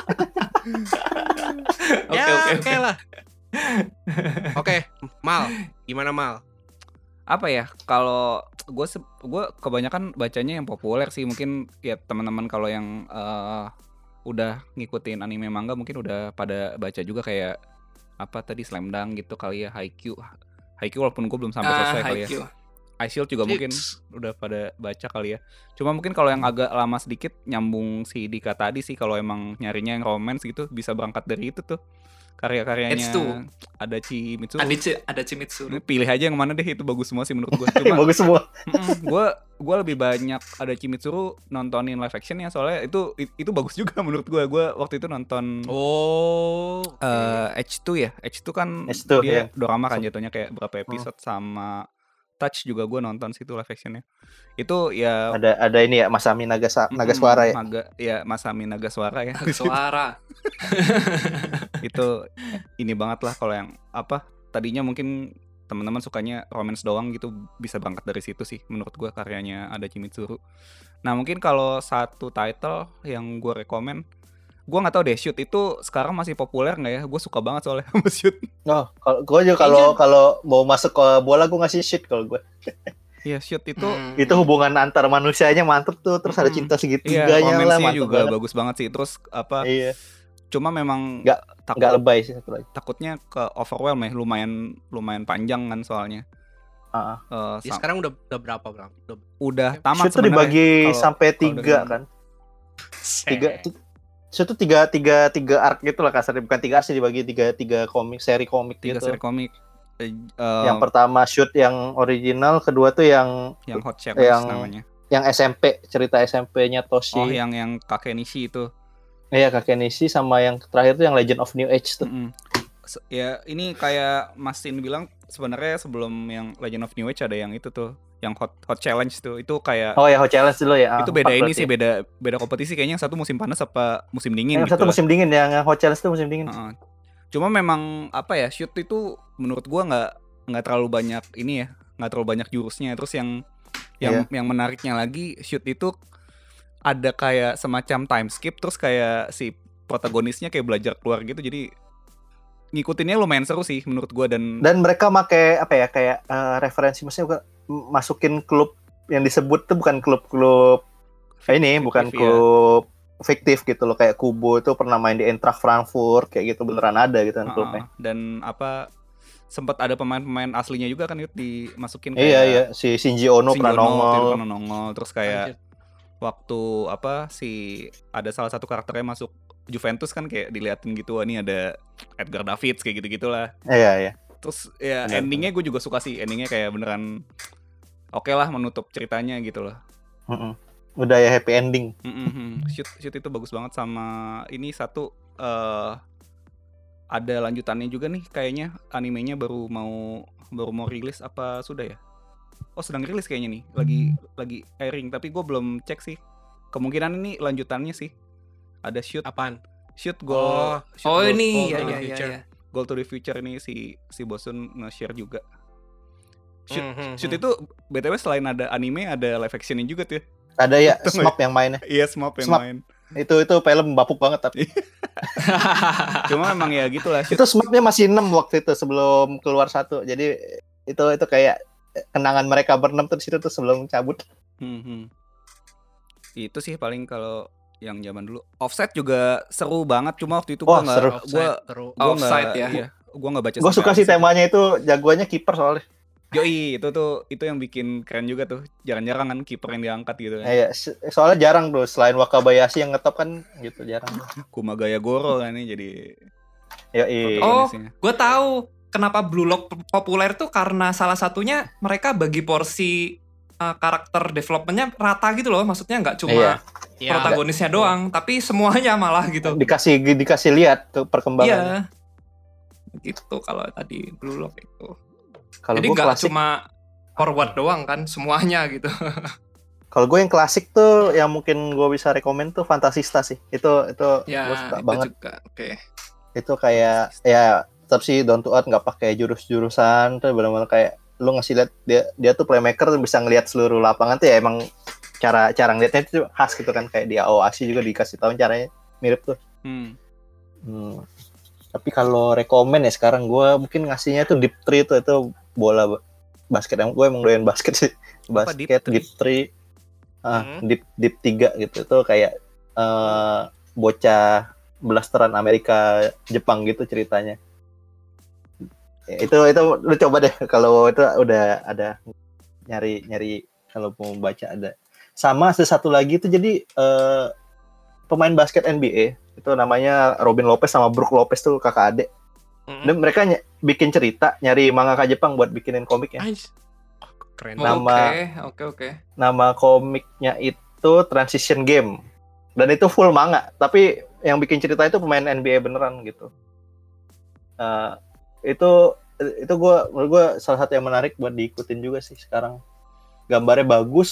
Oke, oke, oke lah. Oke, Mal, gimana Mal?
Apa ya? Kalau gue gue kebanyakan bacanya yang populer sih, mungkin ya teman-teman kalau yang uh, udah ngikutin anime manga mungkin udah pada baca juga kayak apa tadi Slam Dunk gitu kali ya, Haikyuu. Haikyuu walaupun gue belum sampai selesai uh, kali ya. Ice Shield juga Six. Mungkin udah pada baca kali ya. Cuma mungkin kalau yang agak lama sedikit nyambung si Dika tadi sih kalau emang nyarinya yang romance gitu bisa berangkat dari itu tuh. Karya-karyanya ada Chimitsuru.
Ada, C- ada Chimitsuru.
Pilih aja yang mana deh, itu bagus semua sih menurut gue. Cuma
bagus semua.
Gue gue lebih banyak ada Chimitsuru nontonin live action ya soalnya itu itu bagus juga menurut gue. Gue waktu itu nonton
Oh okay.
uh, H two ya. H two kan
H two,
dia
ya.
dorama kan jatuhnya kayak berapa episode hmm. sama Touch juga gue nonton situ live actionnya. Itu ya
ada ada ini ya Masami Nagasa, Nagaswara ya.
Naga, ya Masami Nagaswara ya.
Nagaswara.
Itu ini banget lah kalau yang apa tadinya mungkin teman-teman sukanya romance doang gitu bisa berangkat dari situ sih menurut gue karyanya ada Chimitsuru. Nah mungkin kalau satu title yang gue rekomen, gue nggak tahu deh, Shoot itu sekarang masih populer nggak ya? Gue suka banget soalnya sama Shoot.
Oh, kalau gue aja kalau kalau mau masuk ke bola gue ngasih Shoot kalau gue.
Iya, Shoot itu
hmm. itu hubungan antar manusianya mantep tuh, terus hmm. ada cinta segitiganya
iya,
lah, mantep
juga
banget.
Bagus banget sih. Terus apa?
Iya.
Cuma memang
nggak
takut,
nggak lebay sih satu lagi.
Takutnya ke overwhelm ya, lumayan lumayan panjang kan soalnya.
Uh-huh.
Uh, Di sam- sekarang udah udah berapa bang? Udah,
udah tamat
sebenarnya. Itu dibagi kalo, sampai tiga kan? Tiga. Itu tiga tiga tiga arc gitu lah kasarnya, bukan tiga arc sih, dibagi tiga tiga komik seri komik
tiga
gitu.
Seri komik.
Uh, yang pertama Shoot yang original, kedua tuh yang
yang Hot Challenge
yang,
namanya.
Yang S M P, cerita S M P-nya Toshi.
Oh, yang yang Kakenishi itu.
Iya, Kakenishi, sama yang terakhir tuh yang Legend of New Age tuh.
Mm-hmm. Ya, ini kayak Mas Sin bilang sebenarnya sebelum yang Legend of New Age ada yang itu tuh, yang Hot Hot Challenge tuh. Itu kayak
Oh ya, Hot Challenge dulu ya.
Itu beda ini sih, ya. beda beda kompetisi kayaknya, yang satu musim panas apa musim dingin
yang
gitu.
Satu musim dingin, yang Hot Challenge tuh musim dingin.
Uh-uh. Cuma memang apa ya, Shoot itu menurut gua nggak nggak terlalu banyak ini ya, nggak terlalu banyak jurusnya. Terus yang yang yeah. yang menariknya lagi, Shoot itu ada kayak semacam time skip, terus kayak si protagonisnya kayak belajar keluar gitu, jadi ngikutinnya lumayan seru sih menurut gua. Dan
dan mereka make apa ya kayak uh, referensi, maksudnya masukin klub yang disebut tuh bukan klub-klub fiktif, ini bukan ya. Klub fiktif gitu loh, kayak Kubo itu pernah main di Eintracht Frankfurt kayak gitu, beneran ada gitu kan uh-uh. klubnya.
Dan apa sempat ada pemain-pemain aslinya juga kan itu dimasukin kayak
iya iya si Shinji Ono pernah nongol.
pernah nongol terus kayak Anjir. Waktu apa si ada salah satu karakternya masuk Juventus kan kayak diliatin gitu, wah ini ada Edgar Davids kayak gitu-gitulah.
Iya iya.
Terus ya bener, endingnya gue juga suka sih, endingnya kayak beneran oke okay lah menutup ceritanya gitu loh.
Mm-mm. Udah ya happy ending.
Shoot Shoot itu bagus banget. Sama ini satu uh, ada lanjutannya juga nih kayaknya, animenya baru mau baru mau rilis apa sudah ya? oh sedang rilis kayaknya nih, lagi lagi airing, tapi gue belum cek sih. Kemungkinan ini lanjutannya sih. Ada shoot
Apaan?
shoot goal.
Oh,
shoot
Oh
goal,
ini
goal
ya
to the
ya ya.
future.
ya.
Goal to the Future ini si si Bosun nge-share juga. Shoot,
Mhm,
shoot
mhm.
itu B T W selain ada anime ada live actionnya juga tuh.
Ada ya
Itu
Smap yang mainnya.
Iya, Smap yang
Smap.
main.
Itu itu film bapuk banget tapi.
Cuma memang ya gitulah. Shoot.
Itu Smapnya masih enam waktu itu sebelum keluar satu. Jadi itu itu kayak kenangan mereka berenam tuh di situ tuh sebelum cabut.
Hmm, hmm. Itu sih paling kalau yang zaman dulu. Offset juga seru banget, cuma waktu itu
Wah,
gua nggak
seru.
gua
Offside, seru.
gua nggak
Offside ya.
iya, gua nggak baca.
Gue
sampai
suka sih
habis itu.
temanya itu, jagoannya kiper soalnya.
Yoi, itu tuh itu yang bikin keren juga tuh. Jarang-jarang kan kiper yang diangkat gitu kan.
Iya, se- soalnya jarang tuh selain Wakabayashi yang ngetop kan gitu jarang.
Kumagaya Goro kan ini jadi
Ya iya.
Oh,
protagonisnya.
gue tahu kenapa Blue Lock populer tuh karena salah satunya mereka bagi porsi uh, karakter developmentnya rata gitu loh. Maksudnya nggak cuma
Iya.
Ya,
protagonisnya doang, tapi semuanya malah gitu.
Dikasih dikasih lihat tuh perkembangannya.
Iya. Gitu kalau tadi Blue Lock itu.
Kalau
Jadi
gue
nggak
klasik,
cuma forward doang kan, semuanya gitu.
kalau gue yang klasik tuh yang mungkin gue bisa rekomen tuh Fantasista sih. Itu itu
Ya,
gue suka
itu
banget.
juga. Oke.
Itu kayak ya tetap sih down to earth, nggak pakai jurus-jurusan, tuh benar-benar kayak lu ngasih lihat dia dia tuh playmaker tuh bisa ngelihat seluruh lapangan tuh ya emang cara cara ngeliatnya itu khas gitu kan, kayak di A O A S I juga dikasih tahu caranya mirip tuh.
Hmm.
Hmm. Tapi kalau rekomen ya sekarang gue mungkin ngasihnya tuh Deep Tree tuh, itu bola ba- basket. Gue emang doyan basket sih.
Apa Deep
Basket
Tree?
Deep Tree. Ah,
Hmm.
Deep Deep tiga gitu. Itu kayak eh, bocah blasteran Amerika Jepang gitu ceritanya. Ya, itu itu lu coba deh kalau itu udah ada nyari nyari kalau mau baca ada. Sama ada satu lagi itu jadi eh, pemain basket N B A itu namanya Robin Lopez sama Brook Lopez tuh kakak adik.
Mhm.
Dan mereka ny- bikin cerita, nyari mangaka Jepang buat bikinin komiknya.
Ais. Oh, keren
Oke,
banget.
Nama-
oke, oke.
Nama komiknya itu Transition Game. Dan itu full manga, tapi yang bikin cerita itu pemain N B A beneran gitu. Eh, itu itu gue menurut gue salah satu yang menarik buat diikutin juga sih sekarang. Gambarnya bagus,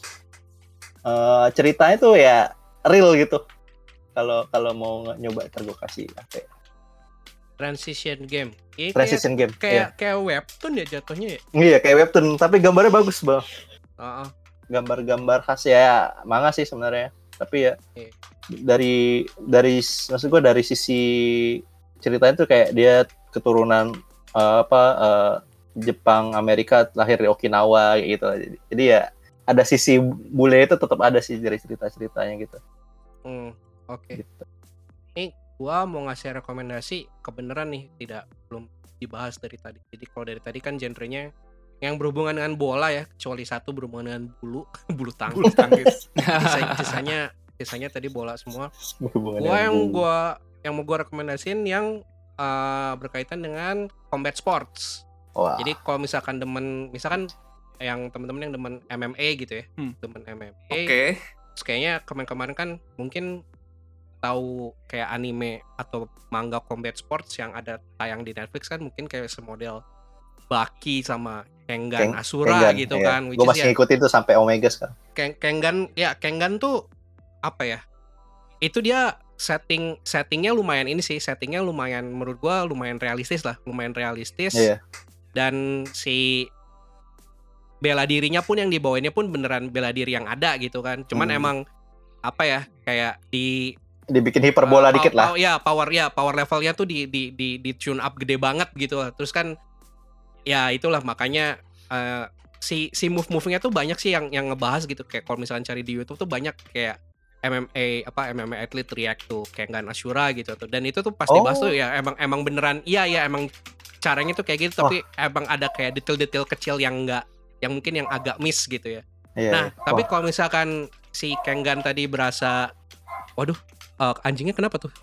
Eh, ceritanya tuh ya real gitu. Kalau kalau mau nge- nyoba ntar gue kasih apa ya?
Transition game. Ini kayak,
Transition Game.
kayak kayak webtoon ya jatuhnya ya.
Iya. Iya kayak webtoon, tapi gambarnya bagus bang.
Heeh.
Gambar-gambar khas ya manga sih sebenarnya. Tapi ya
Iya.
dari dari maksud gue dari sisi ceritanya tuh kayak dia keturunan eh, apa eh, Jepang Amerika, lahir di Okinawa kayak gitu. Jadi, jadi ya ada sisi bule itu tetap ada sih dari cerita-ceritanya gitu.
Hmm, oke.
Gitu.
Ini gua mau ngasih rekomendasi kebenaran nih, tidak belum dibahas dari tadi. Jadi kalau dari tadi kan genrenya yang berhubungan dengan bola ya, kecuali satu berhubungan dengan bulu, bulu tangkis.
Bulu tangkis.
Sisanya, sisanya, sisanya tadi bola semua.
Berhubungan
Gua
dengan
yang
bulu.
gua yang mau gua rekomendasiin yang uh, berkaitan dengan combat sports.
Wah.
Jadi kalau misalkan demen, misalkan yang teman-teman yang demen M M A gitu ya,
Hmm.
demen M M A.
Oke.
Terus kayaknya kemarin-kemarin kan mungkin tahu kayak anime atau manga combat sports yang ada tayang di Netflix kan mungkin kayak semodel Baki sama Kengan
Keng-
Asura
Kengan,
gitu
iya.
kan. Which
Gue
is
masih
ya,
ngikutin tuh sampai Omega sekarang.
Ken- Kengan ya Kengan tuh apa ya? Itu dia setting settingnya lumayan ini sih, settingnya lumayan menurut gua lumayan realistis lah, lumayan realistis.
Iya.
Dan si bela dirinya pun yang dibawainnya pun beneran bela diri yang ada gitu kan. Cuman
Hmm.
emang apa ya kayak di
Dibikin hiperbola
uh,
dikit
pow-
lah.
pow- ya power ya power levelnya tuh di di di di tune up gede banget gitu lah. Terus kan ya itulah makanya uh, si si move movenya tuh banyak sih yang yang ngebahas gitu, kayak kalau misalnya cari di YouTube tuh banyak kayak M M A apa M M A athlete react tuh kayak Kengan Ashura gitu tuh, dan itu tuh pas dibahas
Oh.
tuh ya emang emang beneran iya ya emang caranya tuh kayak gitu, tapi emang ada kayak detail-detail kecil yang enggak yang mungkin yang agak miss gitu ya.
Iya.
Nah, tapi
Wah,
kalau misalkan si Kengan tadi berasa, waduh, eh, anjingnya kenapa tuh?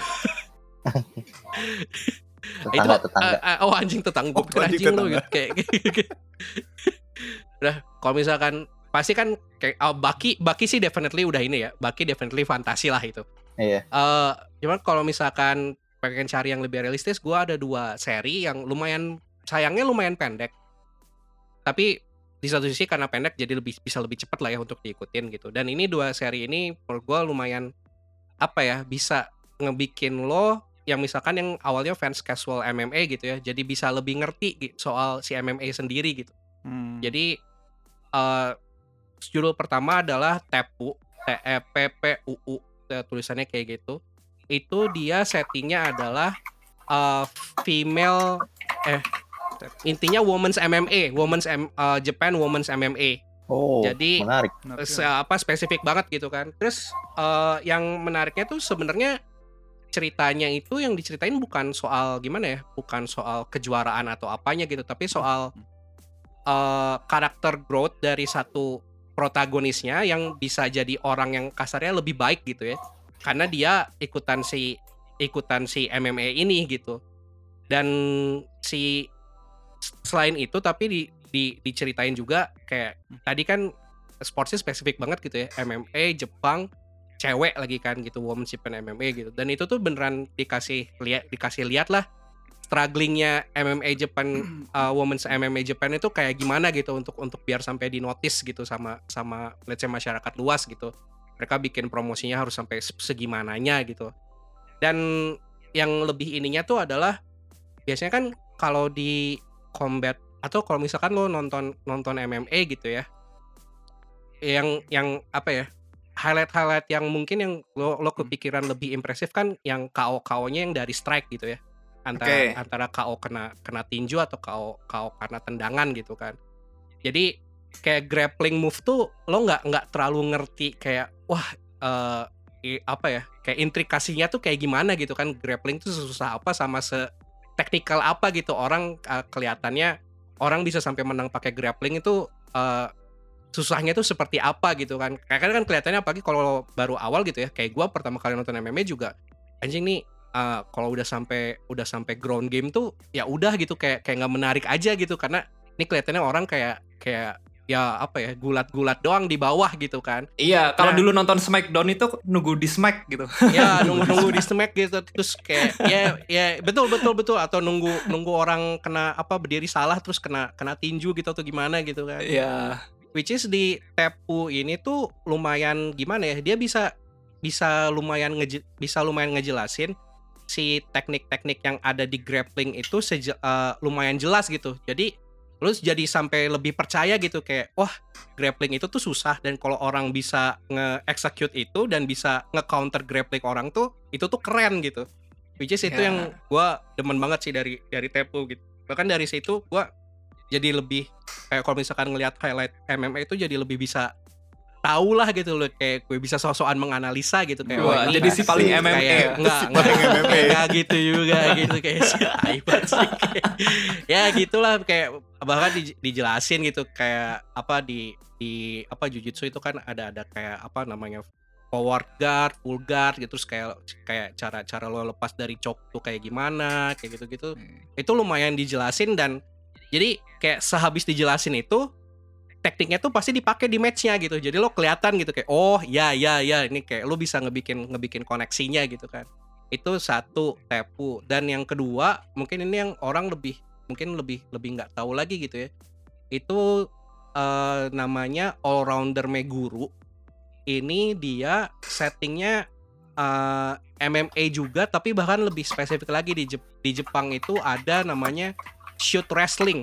tetangga tetangga.
eh, eh, oh anjing tetangga, gue
Oh,
pikir
anjing
anjing lu
tetangga.
gitu. Kayak, kayak- Nah, kalau misalkan pasti kan kayak oh, Baki, Baki sih definitely udah ini ya, Baki definitely fantasi lah itu.
Iya.
Eh, cuman kalau misalkan pengen cari yang lebih realistis, gue ada dua seri yang lumayan sayangnya lumayan pendek, tapi di satu sisi karena pendek jadi lebih bisa lebih cepat lah ya untuk diikutin gitu. Dan ini dua seri ini menurut gue lumayan apa ya, bisa ngebikin lo yang misalkan yang awalnya fans casual M M A gitu ya, jadi bisa lebih ngerti gitu soal si M M A sendiri gitu.
Hmm.
Jadi uh, judul pertama adalah Tepu, T E P P U U, tulisannya kayak gitu. Itu dia settingnya adalah uh, female eh intinya women's M M A, women's M, uh, Japan women's M M A.
Oh,
jadi
menarik.
Se- apa spesifik banget gitu kan. Terus uh, yang menariknya tuh sebenarnya ceritanya itu yang diceritain bukan soal gimana ya, bukan soal kejuaraan atau apanya gitu, tapi soal uh, karakter growth dari satu protagonisnya yang bisa jadi orang yang kasarnya lebih baik gitu ya, karena dia ikutan si ikutan si M M A ini gitu. Dan si selain itu tapi di, di diceritain juga kayak tadi kan sportsnya spesifik banget gitu ya, M M A Jepang, cewek lagi kan gitu, women's Japan M M A gitu. Dan itu tuh beneran dikasih lihat dikasih lihat lah strugglingnya M M A Japan, uh, women's M M A Japan itu kayak gimana gitu untuk untuk biar sampai di notice gitu sama sama let's say masyarakat luas gitu. Mereka bikin promosinya harus sampai segimananya gitu. Dan yang lebih ininya tuh adalah biasanya kan kalau di combat atau kalau misalkan lo nonton nonton M M A gitu ya, yang yang apa ya, highlight-highlight yang mungkin yang lo lo kepikiran lebih impresif kan yang K O K O-nya yang dari strike gitu ya, antara
okay.
antara K O kena kena tinju atau K O K O karena tendangan gitu kan. Jadi kayak grappling move tuh lo nggak nggak terlalu ngerti kayak wah uh, i, apa ya, kayak intrikasinya tuh kayak gimana gitu kan, grappling tuh susah apa sama se teknikal apa gitu. Orang uh, kelihatannya orang bisa sampai menang pakai grappling itu uh, susahnya tuh seperti apa gitu kan. Kayak kan kelihatannya apalagi kalau baru awal gitu ya. Kayak gue pertama kali nonton M M A juga anjing nih, uh, kalau udah sampai udah sampai ground game tuh ya udah gitu, kayak kayak nggak menarik aja gitu, karena ini kelihatannya orang kayak kayak ya apa ya, gulat-gulat doang di bawah gitu kan.
Iya, kalau
nah,
dulu nonton Smackdown itu nunggu di Smack gitu.
Ya, nunggu-nunggu di Smack gitu, terus kayak ya ya betul betul betul atau nunggu nunggu orang kena apa berdiri salah terus kena kena tinju gitu atau gimana gitu kan.
Iya.
Which is di Tepu ini tuh lumayan gimana ya? Dia bisa bisa lumayan ngeje, bisa lumayan ngejelasin si teknik-teknik yang ada di grappling itu seje, uh, lumayan jelas gitu. Jadi lu jadi sampai lebih percaya gitu kayak wah, grappling itu tuh susah, dan kalau orang bisa nge-execute itu dan bisa nge-counter grappling orang tuh itu tuh keren gitu. Which is itu
yeah.
yang gua demen banget sih dari dari Tepu gitu. Bahkan dari situ gua jadi lebih kayak kalau misalkan ngelihat highlight M M A itu jadi lebih bisa tahu lah gitu loh, kayak gue bisa so-soan menganalisa gitu kayak
wah, jadi si paling M M A
kayak, enggak enggak enggak gitu juga gitu kayak si aibat sih kayak, ya gitulah, kayak bahkan di, dijelasin gitu kayak apa di di apa jujutsu itu kan ada ada kayak apa namanya forward guard, full guard gitu, terus kayak kayak cara-cara lo lepas dari choke tuh kayak gimana kayak gitu-gitu. hmm. Itu lumayan dijelasin, dan jadi kayak sehabis dijelasin itu tekniknya tuh pasti dipakai di matchnya gitu. Jadi lo kelihatan gitu kayak oh ya ya ya ini kayak lo bisa ngebikin ngebikin koneksinya gitu kan. Itu satu Tepu. Dan yang kedua mungkin ini yang orang lebih mungkin lebih lebih nggak tahu lagi gitu ya. Itu uh, namanya All Rounder Meguru. Ini dia settingnya uh, M M A juga, tapi bahkan lebih spesifik lagi di Jep- di Jepang itu ada namanya shoot wrestling.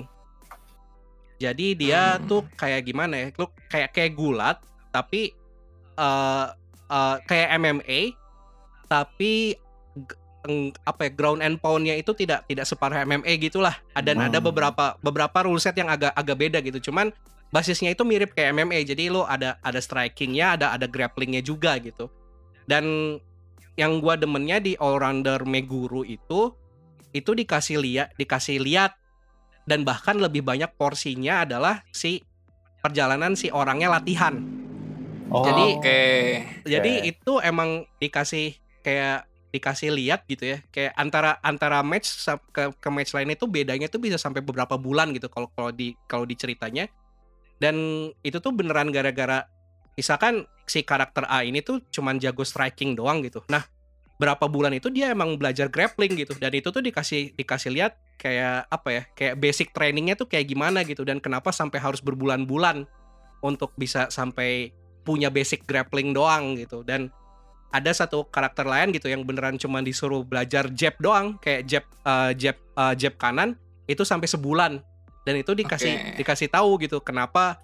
Jadi dia tuh kayak gimana ya? Lu kayak kayak gulat tapi uh, uh, kayak M M A tapi g- apa ya, ground and pound-nya itu tidak tidak separah M M A gitulah. Dan hmm. ada beberapa beberapa rule set yang agak agak beda gitu. Cuman basisnya itu mirip kayak M M A. Jadi lo ada ada striking-nya, ada ada grappling-nya juga gitu. Dan yang gua demennya di All Rounder Meguru itu itu dikasih lihat dikasih lihat dan bahkan lebih banyak porsinya adalah si perjalanan si orangnya latihan.
Oh,
jadi
okay.
jadi
okay.
itu emang dikasih kayak dikasih lihat gitu ya, kayak antara antara match ke ke match lain itu bedanya tuh bisa sampai beberapa bulan gitu kalau kalau di kalau diceritanya. Dan itu tuh beneran gara-gara misalkan si karakter A ini tuh cuman jago striking doang gitu. Nah, berapa bulan itu dia emang belajar grappling gitu, dan itu tuh dikasih dikasih lihat kayak apa ya, kayak basic trainingnya tuh kayak gimana gitu, dan kenapa sampai harus berbulan-bulan untuk bisa sampai punya basic grappling doang gitu. Dan ada satu karakter lain gitu yang beneran cuma disuruh belajar jab doang, kayak jab uh, jab uh, jab kanan itu sampai sebulan, dan itu dikasih okay. dikasih tahu gitu kenapa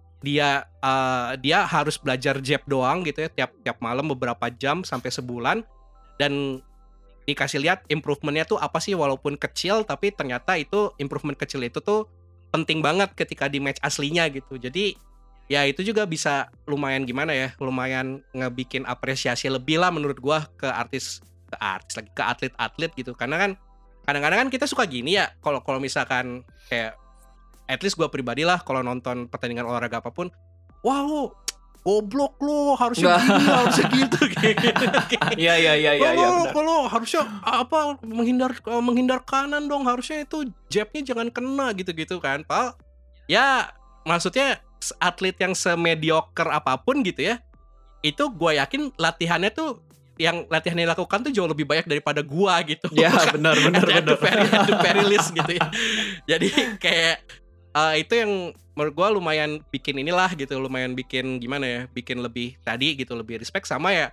dia uh, dia harus belajar jab doang gitu ya tiap tiap malam beberapa jam sampai sebulan, dan dikasih lihat improvementnya tuh apa sih, walaupun kecil tapi ternyata itu improvement kecil itu tuh penting banget ketika di match aslinya gitu. Jadi ya itu juga bisa lumayan gimana ya, lumayan ngebikin apresiasi lebih lah menurut gua ke artis ke artis lagi ke atlet-atlet gitu. Karena kan kadang-kadang kan kita suka gini ya, kalau kalau misalkan kayak at least gua pribadi lah kalau nonton pertandingan olahraga apapun, wah lu goblok lo, harusnya gini, harusnya gitu gitu.
Iya iya iya iya iya.
Kalau harusnya apa menghindar menghindar kanan dong, harusnya itu jabnya jangan kena gitu-gitu kan. Pak. Ya maksudnya atlet yang semediocre apapun gitu ya, itu gue yakin latihannya tuh yang latihan yang dilakukan tuh jauh lebih banyak daripada gue gitu.
Ya benar benar benar.
At the very least gitu ya. Jadi kayak uh, itu yang menurut gue lumayan bikin inilah gitu, lumayan bikin gimana ya, bikin lebih tadi gitu, lebih respect sama ya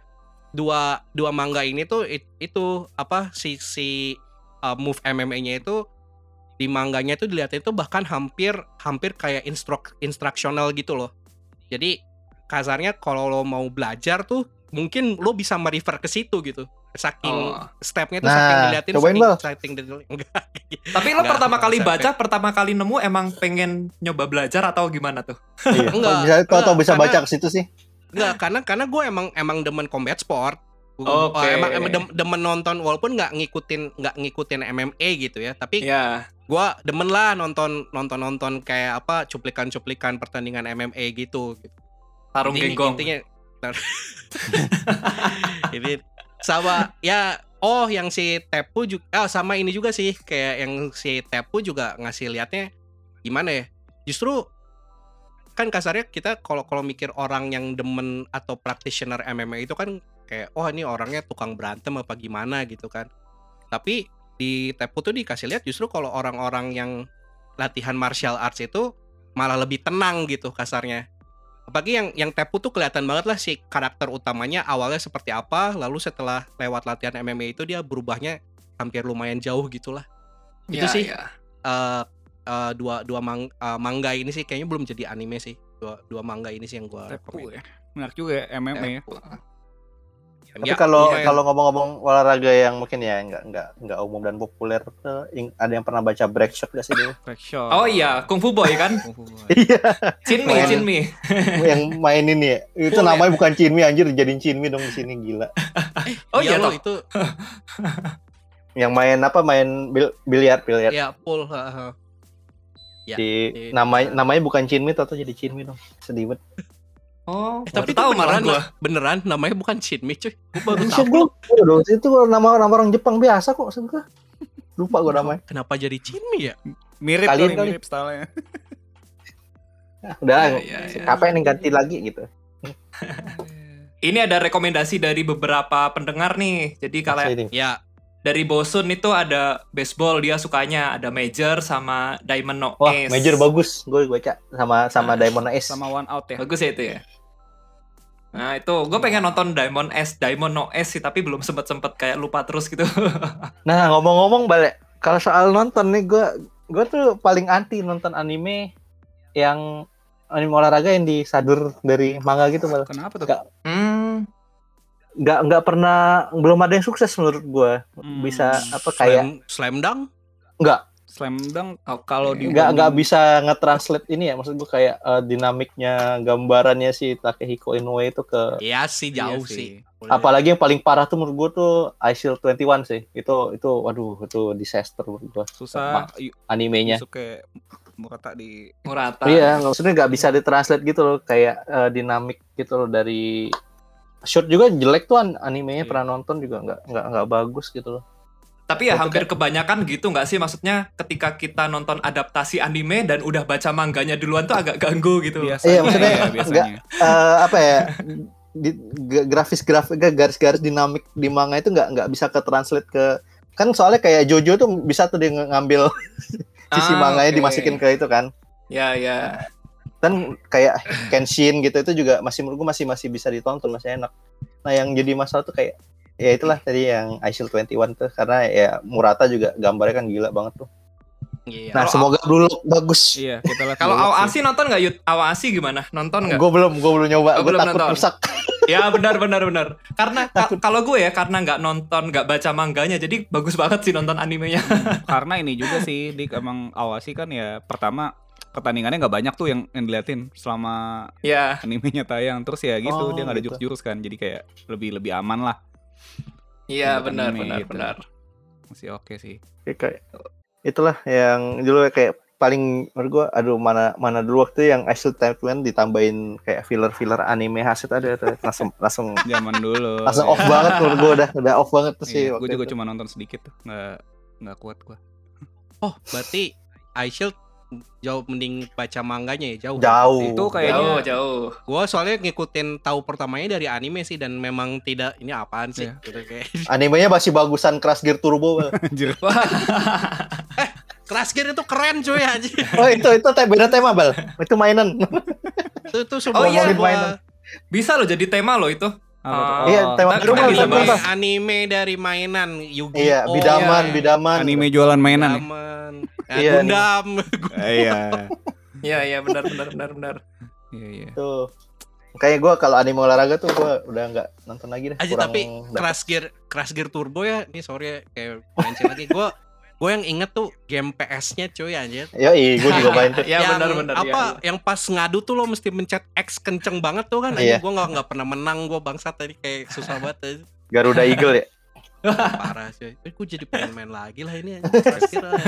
dua dua manga ini tuh it, itu apa si si uh, move M M A-nya itu di mangganya itu dilihatin itu bahkan hampir hampir kayak instruk instruksional gitu loh. Jadi kasarnya kalau lo mau belajar tuh mungkin lo bisa merefer ke situ gitu. Saking oh. stepnya tuh nah, saking dilihatin saking, saking dilihatin enggak.
Tapi lo enggak, pertama kali baca, sampai. pertama kali nemu emang pengen nyoba belajar atau gimana tuh?
Iya. Enggak. Bisa kalau enggak, bisa karena, baca ke situ sih.
Enggak, karena karena gue emang emang demen combat sport.
Oke. Okay.
Emang, emang demen, demen nonton walaupun enggak ngikutin enggak ngikutin M M A gitu ya, tapi
yeah.
gue demen lah nonton nonton nonton kayak apa cuplikan-cuplikan pertandingan M M A gitu.
Tarung genggong.
Intinya ini sama ya oh yang si Tepu juga oh, sama ini juga sih kayak yang si Tepu juga ngasih liatnya gimana ya, justru kan kasarnya kita kalau kalau mikir orang yang demen atau practitioner M M A itu kan kayak oh ini orangnya tukang berantem apa gimana gitu kan, tapi di Tepu tuh dikasih lihat justru kalau orang-orang yang latihan martial arts itu malah lebih tenang gitu kasarnya. Apalagi yang yang Tepu tuh kelihatan banget lah si karakter utamanya awalnya seperti apa, lalu setelah lewat latihan M M A itu dia berubahnya hampir lumayan jauh gitulah.
Ya,
itu sih
ya.
Uh, uh, dua dua mang, uh, manga ini sih kayaknya belum jadi anime sih. Dua dua manga ini sih yang gua
rekomend. Ya. Menarik juga ya M M A ya.
Tapi kalau ya, kalau ngomong-ngomong olahraga yang mungkin ya nggak nggak nggak umum dan populer, ada yang pernah baca Breakshot gak sih dulu?
Breakshot.
Oh iya, Kung Fu Boy kan?
Iya.
Chinmi, Chinmi.
Yang main ini ya. Itu oh, namanya ya. Bukan Chinmi anjir, dijadiin Chinmi dong di sini gila.
Oh iya, iya toh
itu.
Yang main apa? Main bil biliar, biliar.
Iya, pool, heeh.
Ya, di, di namanya namanya bukan Chinmi atau jadi Chinmi dong. Sedih banget.
Oh,
eh, tapi tahu beneran, gua. beneran namanya bukan Chinmi cuy. Gua baru tahu.
Gua itu nama nama orang Jepang biasa kok sebenarnya. Lupa gua namanya.
Kenapa jadi Chinmi ya?
Mirip kali, kali. mirip stylenya.
Nah, udah, ya, ya, ya. Kapan yang ganti lagi gitu.
Ini ada rekomendasi dari beberapa pendengar nih. Jadi kalau ya dari Bosun itu ada baseball dia sukanya, ada Major sama Diamond No
Wah,
Ace.
Major bagus, gue baca sama sama nah, Diamond No Ace.
Sama One Out ya.
Bagus ya itu ya. Nah itu gue pengen nonton Diamond Ace, Diamond No Ace sih, tapi belum sempet-sempet kayak lupa terus gitu.
Nah ngomong-ngomong balik, kalau soal nonton nih gue gue tuh paling anti nonton anime yang anime olahraga yang disadur dari manga gitu malah.
Kenapa tuh?
Gak,
hmm.
nggak nggak pernah, belum ada yang sukses menurut gue. Hmm. Bisa apa kayak
Slam Dunk?
Nggak.
Slam Dunk oh, kalau di
nggak nggak bisa nge-translate ini ya, maksud gue kayak uh, dinamiknya gambarannya si Takehiko Inoue itu ke
iya sih jauh
iya
sih.
sih.
Apalagi yang paling parah tuh menurut gue tuh Eyeshield dua puluh satu sih. Itu itu waduh itu disaster menurut gue.
Susah
animenya.
Suka Murata di
Murata.
Iya, maksudnya nggak bisa ditranslate gitu loh, kayak uh, dinamik gitu loh dari shot juga jelek tuh animenya, iya. Pernah nonton juga nggak nggak nggak bagus gitu loh.
Tapi ya hampir kebanyakan gitu nggak sih, maksudnya ketika kita nonton adaptasi anime dan udah baca mangganya duluan tuh agak ganggu gitu.
Biasanya, iya maksudnya ya, biasanya. Nggak, uh, apa ya di, grafis grafis garis-garis dinamik di manga itu nggak nggak bisa ke translate ke kan soalnya kayak Jojo tuh bisa tuh dia ngambil sisi
Ah,
manganya
oke.
dimasukin ke itu kan.
Ya ya.
Dan kayak Kenshin gitu itu juga masih menurut gue masih masih bisa ditonton, masih enak. Nah yang jadi masalah tuh kayak ya itulah tadi yang I S H I E L dua puluh satu tuh karena ya Murata juga gambarnya kan gila banget tuh.
Iya.
Nah
Kalau
semoga dulu bagus.
Iya, kita lihat
Kalau
dulu sih.
Awasi nonton nggak Yud? Awasi gimana? Nonton nggak?
Gue belum gue belum nyoba,
Oh,
gue
belum
takut
nonton.
rusak.
Ya benar benar benar. Karena ka- kalau gue ya karena nggak nonton, nggak baca manganya, jadi bagus banget sih nonton animenya.
Karena ini juga sih, Dik, emang Awasi kan ya pertama pertandingannya nggak banyak tuh yang, yang diliatin selama
Ya.
animenya tayang. Terus ya gitu,
Oh,
dia nggak ada
gitu.
jurus-jurus kan, jadi kayak lebih lebih aman lah.
Iya
Buat
benar
anime
benar
gitu.
benar.
Masih oke sih.
Kayak, kayak itulah yang dulu kayak paling menurut gue aduh mana mana dulu waktu yang I S H I E L Time ditambahin kayak filler-filler anime hasil ada tuh langsung langsung
Zaman dulu.
langsung
ya.
off banget menurut gue udah udah off banget tuh sih
Iya, gue
waktu
juga
itu.
cuma nonton sedikit tuh, nggak nggak kuat gue.
Oh, berarti I S H I E L jauh mending baca manganya ya, jauh.
Jauh.
Itu kayaknya-
Jauh jauh.
Gua soalnya ngikutin tahu pertamanya dari anime sih dan memang tidak ini apaan sih
Iya.
gitu kayak.
Animenya masih bagusan Crash Gear Turbo. Bang.
Anjir.
Wah.
Crash Gear itu keren cuy anjir.
Oh itu itu te- beda tema Bal. Itu mainan.
Itu itu
Oh,
sebuah
iya.
sebuah
Bisa loh jadi tema loh itu.
Apa tuh?
Oh,
Iya, tema
kita-
baru
kita
Bal,
bisa
tema
bahas.
Bal.
anime dari mainan Yu-Gi-Oh.
Iya, bidaman,
iya.
bidaman.
Anime jualan mainan ya?
Bidaman. Ya,
Iya,
Gundam.
Iya.
Iya iya benar benar benar benar.
Iya, iya.
Tuh. Kayak gue kalau anime olahraga tuh gue udah nggak nonton lagi deh.
Aja
Kurang
tapi
dapet.
Crash Gear Crash Gear Turbo ya, ini sorry ya kayak mention lagi. Gue gue yang inget tuh game P S-nya cuy anjir.
Yoi, gue juga main tuh.
Ya
yang
benar benar
apa
ya.
yang pas ngadu tuh lo mesti mencet X kenceng banget tuh kan.
Iya.
Gue nggak nggak pernah menang, gue bangsat tadi kayak susah banget aja.
Garuda Eagle ya.
Parah cuy. Eh, gue jadi pengen main lagi lah ini anjir. Crash Gear lah.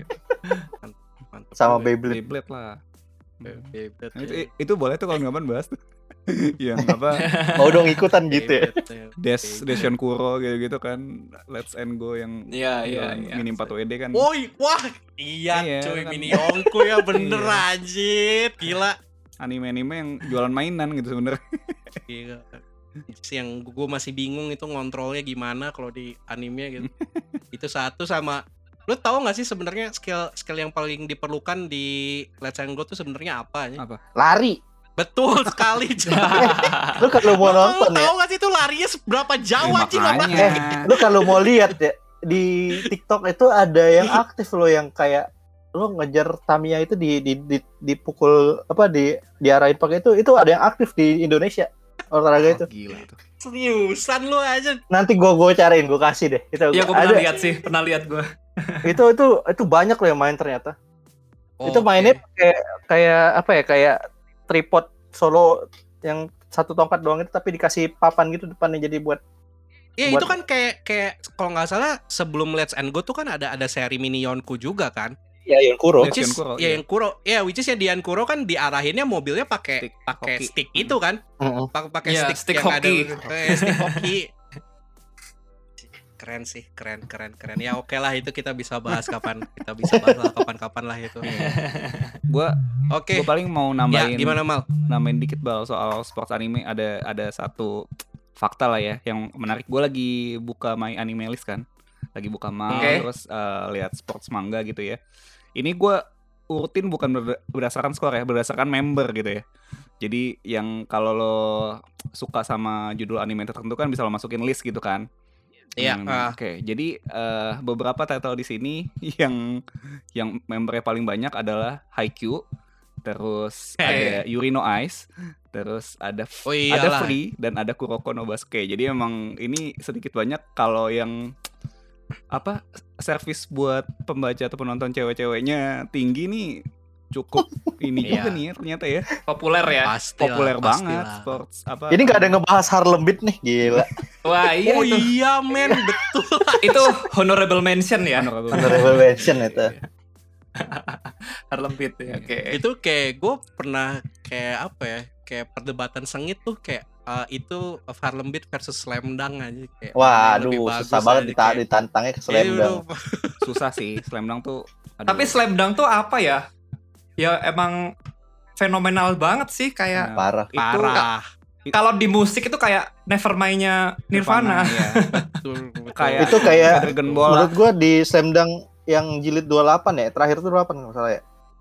Mantap, mantap
Sama
juga.
Beyblade.
Beyblade lah.
Beyblade,
Nah, itu,
cuy.
itu boleh tuh kawan-kawan bahas tuh. Yang apa?
Mau dong ikutan gitu ya.
Beyblade,
Des
Beyblade.
Deshion Kuro gitu-gitu kan. Let's and Go yang
Iya iya
yang
iya.
mini empat W D kan.
Woi, wah, iya,
Iya,
cuy,
kan.
mini Yongko ya bener
Iya.
anjir, gila.
Anime-anime yang jualan mainan gitu sebenarnya.
Gila. Yang gue masih bingung itu ngontrolnya gimana kalau di anime gitu. Itu satu sama lu tahu nggak sih sebenarnya skill skill yang paling diperlukan di Let's and Go tuh sebenarnya apa ya?
Apa?
Lari.
Betul sekali, cuy.
Lu kalau mau
Lu
nonton ya.
tahu nggak sih itu larinya seberapa jauh
Eh,
anjir?
makanya.
Lu kalau mau lihat ya di TikTok itu ada yang aktif loh yang kayak lu ngejar Tamiya itu di di, di dipukul apa di diarahin pakai itu itu ada yang aktif di Indonesia olahraga itu.
Oh, gila itu.
Seriusan lu aja.
Nanti gua gua cariin, gua kasih deh. Itu
Iya gue
ada.
pernah lihat sih, pernah lihat gue.
Itu itu itu banyak loh yang main ternyata. Itu
Oke.
mainnya kayak kayak apa ya kayak tripod solo yang satu tongkat doang itu tapi dikasih papan gitu depannya jadi buat
Iya
buat-
itu kan kayak kayak kalau nggak salah sebelum Let's and Go tuh kan ada ada seri mini Yonko juga kan.
ya yang kuro.
Let's
Which is,
Yankuro,
ya
iya.
yang Kuro, ya which is ya di Yankuro kan diarahinnya mobilnya pakai
Stick
pakai
hoki.
stick itu kan,
Heeh.
pakai pakai
Iya,
stick,
stick
yang ada
hoki.
eh, stick hoki. Keren sih, keren keren keren. Ya oke lah itu kita bisa bahas kapan kita bisa bahas lah kapan-kapan lah itu.
Gua
Oke.
gua paling mau
Ya
nambahin
gimana Mal?
nambahin dikit Bal soal sports anime. Ada ada satu fakta lah ya yang menarik. Gue lagi buka My Anime List kan, lagi buka mal
Oke.
terus eh, lihat sports manga gitu ya. Ini gue urutin bukan berda- berdasarkan skor ya, berdasarkan member gitu ya. Jadi yang kalau lo suka sama judul anime tertentu kan bisa lo masukin list gitu kan.
Iya,
Hmm,
ah.
Oke, jadi eh, beberapa title di sini yang yang membernya paling banyak adalah Haikyuu, terus
Hey.
ada Yuri no Ice, terus ada
Oh
ada
iyalah.
Free dan ada Kuroko no Basuke. Jadi emang ini sedikit banyak kalau yang apa servis buat pembaca atau penonton cewek-ceweknya tinggi nih cukup ini juga
Iya.
nih ya ternyata ya
Populer ya.
Pasti
populer
lah,
banget
pastilah.
sports apa
Ini nggak ada ngebahas Harlem Beat nih, gila.
Wah iya
Oh
itu.
iya men, betul.
Itu honorable mention ya.
honorable
Honorable mention itu.
Harlem Beat ya. Oke.
Itu kayak gue pernah kayak apa ya, kayak perdebatan sengit tuh kayak eh, itu Harlem Beat versus Slam Dunk aja kayak mana
Wah,
yang lebih
aduh,
bagus
susah banget
aja,
dita-
kayak-
ditantangnya ke
Iya,
Slam Dunk.
udah.
susah sih Slam Dunk tuh aduh.
Tapi Slam Dunk tuh apa ya? Ya emang fenomenal banget sih kayak
Nah,
Parah.
itu
Parah.
kalau di musik itu kayak Nevermind-nya Nirvana.
ya.
Betul, betul.
Kayak
Itu kayak
Dragon Ball.
menurut gue di Slam Dunk yang jilid dua puluh delapan ya, terakhir itu dua puluh delapan kalau salah ya.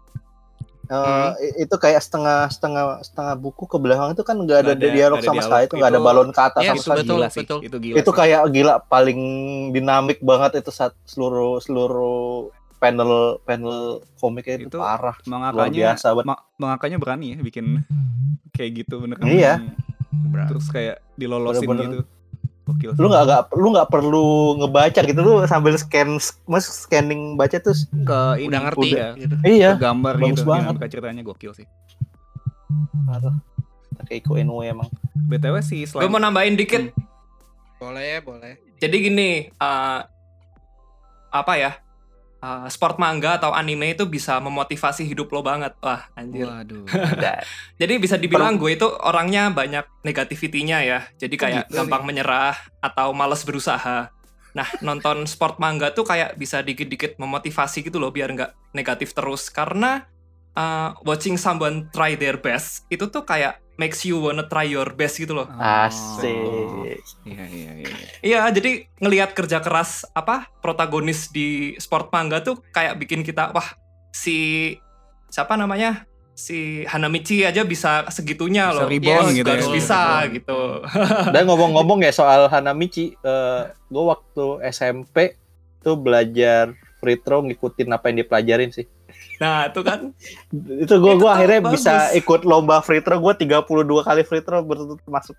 Uh,
Hmm.
Itu kayak setengah setengah setengah buku ke belakang itu kan nggak ada,
Nggak ada-
dialog
nggak ada
sama
dialog.
sekali, itu nggak ada
Itu-
balon ke atas
Yes,
sama
itu
sekali.
betul,
gila sih.
betul.
Itu gila.
Itu
sih.
kayak gila, paling dinamik banget itu saat seluruh seluruh panel panel komiknya itu,
Itu
parah, luar
mangakanya
biasa banget.
ma- mangakanya berani ya bikin kayak gitu bener.
Iya.
Terus kayak dilolosin
Bener-bener.
gitu. Gokil.
Lu nggak nggak lu nggak perlu ngebaca gitu, lu sambil scan mas scanning baca terus
ke ini
Udah ngerti
udah
gitu.
iya
ke gambar
Bagus
gitu.
banget.
Ya, buka ceritanya gokil sih.
parah. Kayak Iko Inoue emang.
B T W sih
Gue
selain
mau nambahin dikit.
Boleh, boleh.
Jadi gini, uh, apa ya? Uh, sport manga atau anime itu bisa memotivasi hidup lo banget. Wah, anjir.
waduh.
Jadi bisa dibilang gue itu orangnya banyak negativity-nya ya. Jadi kayak
gitu
gampang menyerah atau males berusaha. Nah, nonton sport manga tuh kayak bisa dikit-dikit memotivasi gitu loh biar nggak negatif terus. Karena uh, watching someone try their best itu tuh kayak makes you wanna try your best gitu loh.
Asik.
Iya iya iya.
Iya, jadi ngelihat kerja keras apa protagonis di sport manga tuh kayak bikin kita wah si siapa namanya si Hanamichi aja bisa segitunya
Bisa
loh.
rebound
Yes,
gitu ya.
harus bisa gitu.
Dan ngomong-ngomong ya soal Hanamichi, uh, gue waktu S M P tuh belajar free throw ngikutin apa yang dipelajarin sih.
Nah itu kan
Itu gue
Itu
gue
tuh
akhirnya
bagus.
bisa ikut lomba free throw, gue tiga puluh dua kali free throw berturut masuk.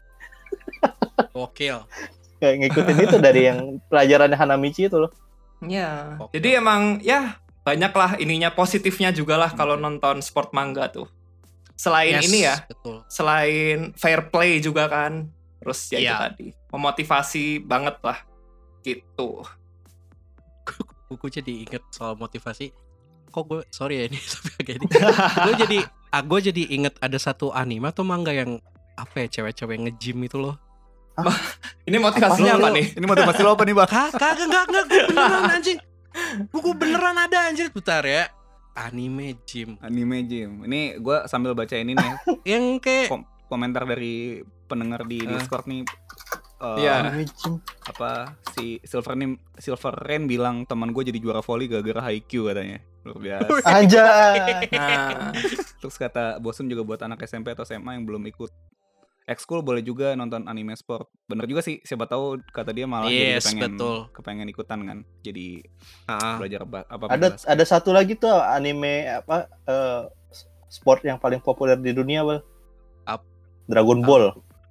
Gokil.
Kayak ngikutin itu dari yang pelajarannya Hanamichi itu loh.
ya.
Oke.
Jadi emang ya banyak lah ininya positifnya juga lah kalau nonton sport manga tuh. Selain
Yes,
ini ya,
betul.
selain fair play juga kan. Terus ya itu
Iya.
tadi memotivasi banget lah gitu.
Gue jadi inget soal motivasi. Kok gue sorry ya ini tapi agak ini. Gue jadi ah, gue jadi inget ada satu anime atau manga yang apa ya, cewek-cewek nge-gym itu loh.
Ini motivasinya
Apa?
apa nih?
Ini motivasi lo apa nih, Bang?
Kagak, kagak, enggak, enggak, gue beneran anjing. Gue beneran ada anjir. Bentar ya. Anime gym.
Anime Gym. Ini gue sambil baca ini nih
Yang kayak
kom- komentar dari pendengar di
Eh.
Discord nih. Eh,
Iya.
Hanamichi.
Apa si Silver nih Silver Rain bilang teman gue jadi juara volley gara-gara Haikyuu katanya. Luar biasa.
Anjay.
Nah,
Terus kata bosen juga buat anak S M P atau S M A yang belum ikut ekskul boleh juga nonton anime sport. Bener juga sih, siapa tahu kata dia malah jadi
Yes,
kepengen
betul.
kepengen ikutan kan. Jadi
ah,
belajar ba- apa
Ada
basket.
ada satu lagi tuh anime apa eh, sport yang paling populer di dunia, Bal.
Ap-
Dragon Ball.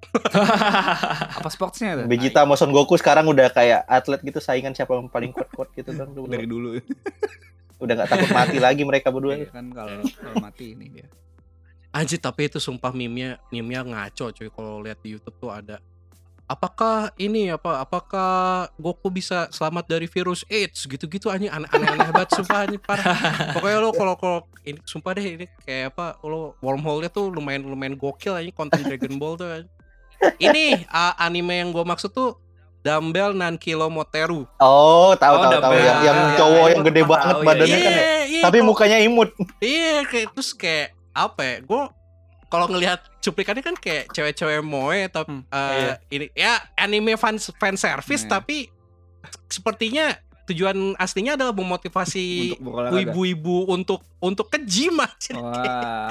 Apa sportsnya tuh?
Vegeta sama Son Goku sekarang udah kayak atlet gitu, saingan siapa yang paling kuat-kuat gitu kan.
Dari dulu.
Udah nggak takut mati lagi mereka berdua.
Iya kan kalau kalau mati ini dia.
anjir, tapi itu sumpah meme-nya meme-nya ngaco cuy. Kalau lihat di YouTube tuh ada apakah ini apa apakah Goku bisa selamat dari virus AIDS gitu-gitu anjing, aneh- aneh-aneh banget sumpah anjing, parah. Pokoknya lo kalau kalau ini sumpah deh ini kayak apa, lo wormhole-nya tuh lumayan lumayan gokil anjing konten Dragon Ball tuh anjing. Ini uh, anime yang gue maksud tuh Dumbbell Nankilo Moteru.
Oh, tahu
Oh,
tahu
udah
tahu
bel.
yang, yang
Ya,
cowok
ya,
yang
itu
gede
gua
banget
tahu, ya,
badannya kan ya.
iya,
Tapi
kok-
mukanya imut.
Iya, kayak terus kayak apa ya? Gue kalau ngelihat cuplikannya kan kayak cewek-cewek moe tapi
Hmm,
eh,
iya.
ini ya anime fan fan service
Iya.
tapi sepertinya tujuan aslinya adalah memotivasi
Untuk berolahraga.
ibu-ibu untuk untuk ke gym aja.
Wah,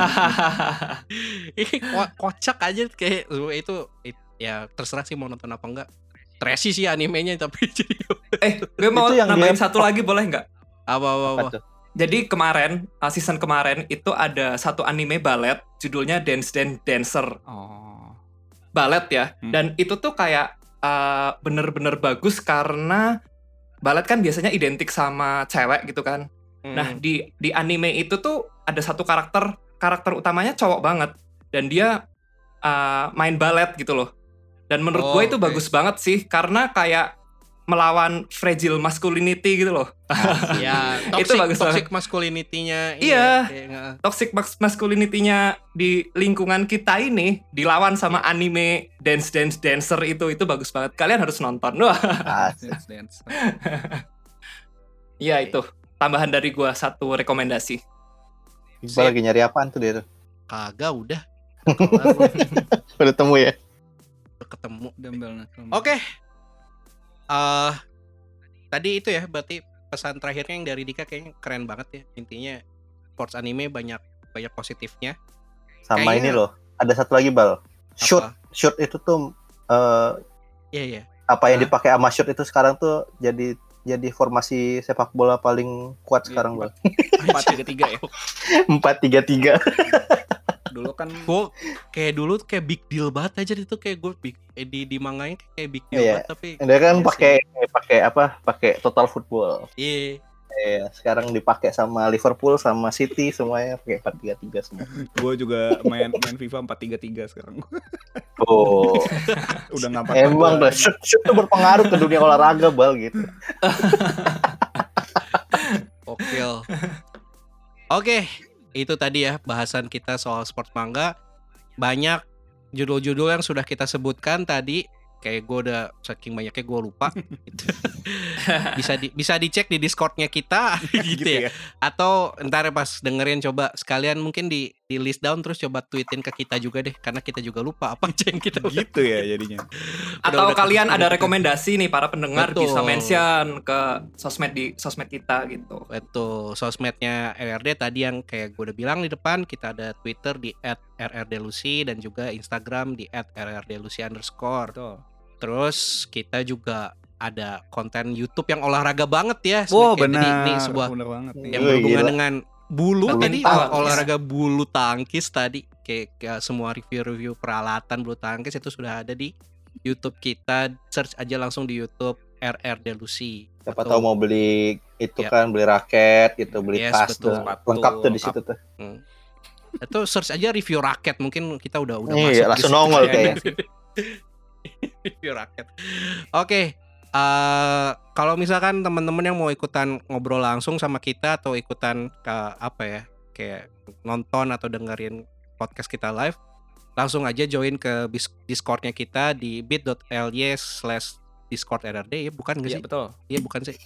Ini ko- kocak aja kayak itu it- ya terserah sih mau nonton apa enggak. Trashy sih animenya tapi jadi
eh, gue mau
Itu yang
nambahin
dia-
satu lagi boleh nggak?
apa apa, apa.
Apa tuh?
Jadi kemarin, uh, season kemarin itu ada satu anime ballet judulnya Dance Dance Dancer.
oh.
Ballet ya.
Hmm.
Dan itu tuh kayak uh, bener-bener bagus karena ballet kan biasanya identik sama cewek gitu kan. Nah,
Hmm.
di di anime itu tuh ada satu karakter, karakter utamanya cowok banget dan dia uh, main ballet gitu loh. Dan menurut
Oh,
gue itu
oke.
bagus banget sih karena kayak melawan fragile masculinity gitu loh.
ya
Itu
toxic,
bagus
toxic masculinity-nya
Iya.
iya.
Toxic mas- masculinity-nya di lingkungan kita ini dilawan sama anime Dance Dance Dancer itu itu bagus banget. Kalian harus nonton. Wah,
Asik.
Dance, dance.
iya itu. Tambahan dari gua satu rekomendasi.
Iqbal lagi nyari apaan tuh dia tuh?
Kagak udah.
Udah temu ya?
Udah ketemu.
Dumbbell.
Oke. Eh tadi itu ya berarti pesan terakhirnya yang dari Dika kayaknya keren banget ya. Intinya sports anime banyak banyak positifnya.
Sama
Kayaknya-
ini loh, ada satu lagi Bal. Shoot,
Apa?
shoot itu tuh eh,
Iya iya.
apa yang
Hah?
dipakai sama shoot itu sekarang tuh jadi jadi formasi sepak bola paling kuat
Iya,
sekarang Bal.
empat tiga tiga ya.
empat tiga tiga.
Dulu kan
Gue kayak dulu tuh kayak big deal banget aja itu kayak gue big eh, di di manganya kayak big deal
Iya.
banget tapi
Dia kan
iya
pakai pakai apa? Pakai total football.
sih. Iya.
Iya, sekarang dipakai sama Liverpool sama City semuanya pakai empat tiga tiga semua.
gue juga main main FIFA empat tiga tiga sekarang.
Oh,
Udah ngampat.
emang dah shoot, shoot tuh berpengaruh ke dunia olahraga Bal gitu.
Okil. Oke, itu tadi ya bahasan kita soal sport manga. Banyak judul-judul yang sudah kita sebutkan tadi. Kayak gue udah saking banyaknya gue lupa. Gitu. bisa di, bisa dicek di Discordnya kita gitu ya. Atau ntar pas dengerin coba sekalian mungkin di di list down terus coba tweetin ke kita juga deh karena kita juga lupa apa aja yang kita udah-
Gitu ya jadinya.
Atau
udah
kalian
terus-
ada rekomendasi nih para pendengar
Betul.
bisa mention ke sosmed di sosmed kita gitu.
Betul, sosmednya R R D tadi yang kayak gue udah bilang di depan, kita ada Twitter di at r r d lucy dan juga Instagram di at r r d lucy underscore.
Betul.
Terus kita juga ada konten YouTube yang olahraga banget ya.
Wow,
Kayak tadi
benar.
Ini sebuah
Benar banget nih.
yang
Wih,
berhubungan
gila.
dengan bulu
Bulu
tadi
tangkis.
olahraga bulu tangkis tadi kayak, kayak semua review-review peralatan bulu tangkis itu sudah ada di YouTube kita. Search aja langsung di YouTube R R D Lucy.
Siapa
Atau-
tahu mau beli itu
Ya.
kan, beli raket gitu, beli
Yes,
tas
betul.
tuh.
Sepatu,
Lengkap tuh di
lengkap.
situ tuh.
Hmm. Itu search aja review raket mungkin kita udah udah
Iya,
masuk di
langsung
situ
nongol
kayaknya.
kayaknya.
Review raket. Oke, eh, kalau misalkan teman-teman yang mau ikutan ngobrol langsung sama kita atau ikutan ke apa ya, kayak nonton atau dengerin podcast kita live, langsung aja join ke bis- Discordnya kita di bit.ly slash Discord R R D ya, bukan nggak
Iya
sih?
betul.
Iya bukan sih.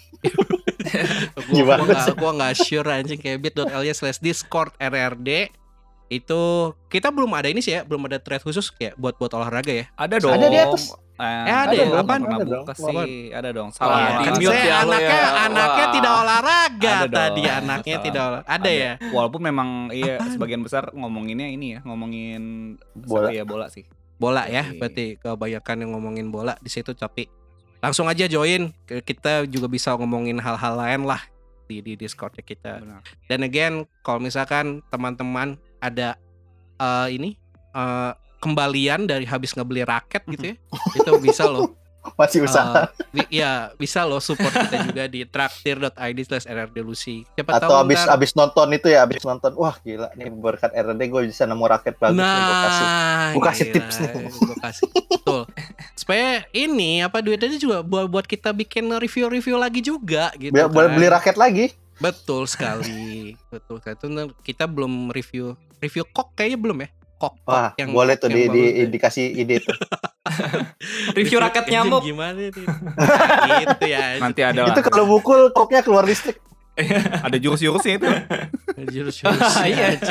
gua,
Gimana
gua nggak gua nggak sure anjing kayak bit.ly slash Discord R R D itu kita belum ada ini sih ya, belum ada thread khusus kayak buat buat olahraga ya.
Ada dong.
Ada di atas.
Eh,
Eh, ada ya?
gua
Apaan?
pernah
Ada dong.
buka
Apaan?
sih. Ada dong.
Wah,
Salah.
di
kan
mute
saya
ya lo
anaknya
ya.
anaknya
Wah.
tidak olahraga
Ada dong.
tadi anaknya
Salah.
tidak olahraga. Ada ya.
Walaupun memang iya
Apaan?
sebagian besar ngomonginnya ini ya, ngomongin
Bola.
ya bola sih.
Bola ya,
Oke.
berarti kebanyakan yang ngomongin bola di situ tapi langsung aja join. Kita juga bisa ngomongin hal-hal lain lah di di Discordnya kita.
Benar.
Dan again, kalau misalkan teman-teman ada eh, ini eh, kembalian dari habis ngebeli raket gitu ya, itu bisa loh.
Masih usaha.
Eh, bi- ya bisa loh support kita juga di traktir.id slash rrdelusi. Siapa
Atau
tahu
abis
ntar-
abis nonton itu ya, abis nonton, wah gila nih berkat R R D gue bisa nemu raket bagus nih, gue kasih.
Nah,
Gua kasih
gila.
tips nih.
Gua kasih. Betul. Supaya ini apa duitnya juga buat buat kita bikin review-review lagi juga gitu.
Biar boleh
kan.
beli raket lagi.
Betul sekali. Betul sekali. Itu ntar kita belum review review kok kayaknya belum ya. Kok, kok
Wah,
yang
boleh tuh di,
yang
di,
bagus tuh.
dikasih ide tuh.
Review raket
Anjing,
nyamuk.
Gimana nih? Nah, gitu ya.
Nanti ada lah.
Itu kalau mukul koknya keluar listrik.
Ada jurus-jurusnya itu.
Jurus-jurus.
Iya.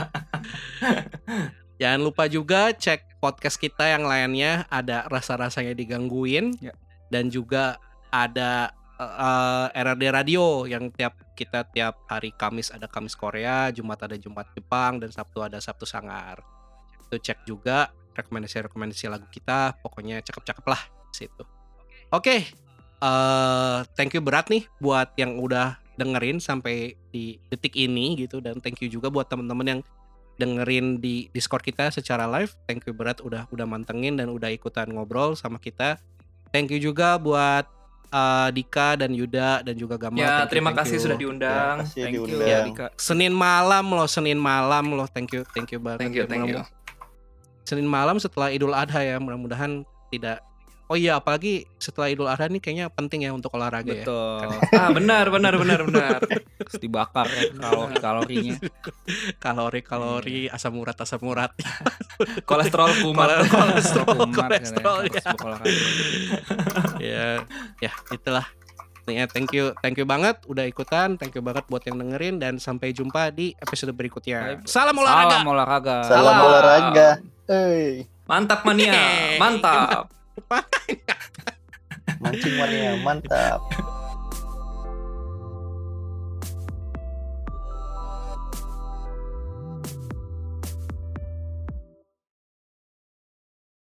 Jangan lupa juga cek podcast kita yang lainnya, ada rasa-rasanya digangguin
Ya.
dan juga ada uh, R R D Radio yang tiap kita tiap hari Kamis ada Kamis Korea, Jumat ada Jumat Jepang dan Sabtu ada Sabtu Sangar. Itu cek juga rekomendasi-rekomendasi lagu kita, pokoknya cakep-cakep lah di situ. Oke, eh, thank you berat nih buat yang udah dengerin sampai di detik ini gitu, dan thank you juga buat teman-teman yang dengerin di Discord kita secara live. Thank you berat udah udah mantengin dan udah ikutan ngobrol sama kita. Thank you juga buat uh, Dika dan Yuda dan juga Gamal.
Ya,
Thank you,
terima
thank
kasih
you.
sudah diundang.
Ya, kasih
Thank you
diundang.
ya Dika.
Senin malam loh, Senin malam loh. Thank you, thank you banget.
Thank you, thank you.
Senin malam setelah Idul Adha ya, mudah-mudahan tidak. Oh iya, apalagi setelah Idul Adha nih kayaknya penting ya untuk olahraga ya.
Betul.
Ah, benar, benar, benar, benar.
Terus dibakar ya kalori-kalorinya.
Kalori-kalori, asam urat, asam urat.
Kolesterol kumat.
Kolesterol,
Kumat,
kolesterol.
katanya. Harus
Ya.
berolahraga.
ya, ya itulah. nih ya. Thank you, thank you banget udah ikutan, thank you banget buat yang dengerin dan sampai jumpa di episode berikutnya. Salam olahraga.
Salam olahraga.
Salam
Salam.
olahraga. Hey.
Mantap mania, mantap.
Mancing mania, mantap.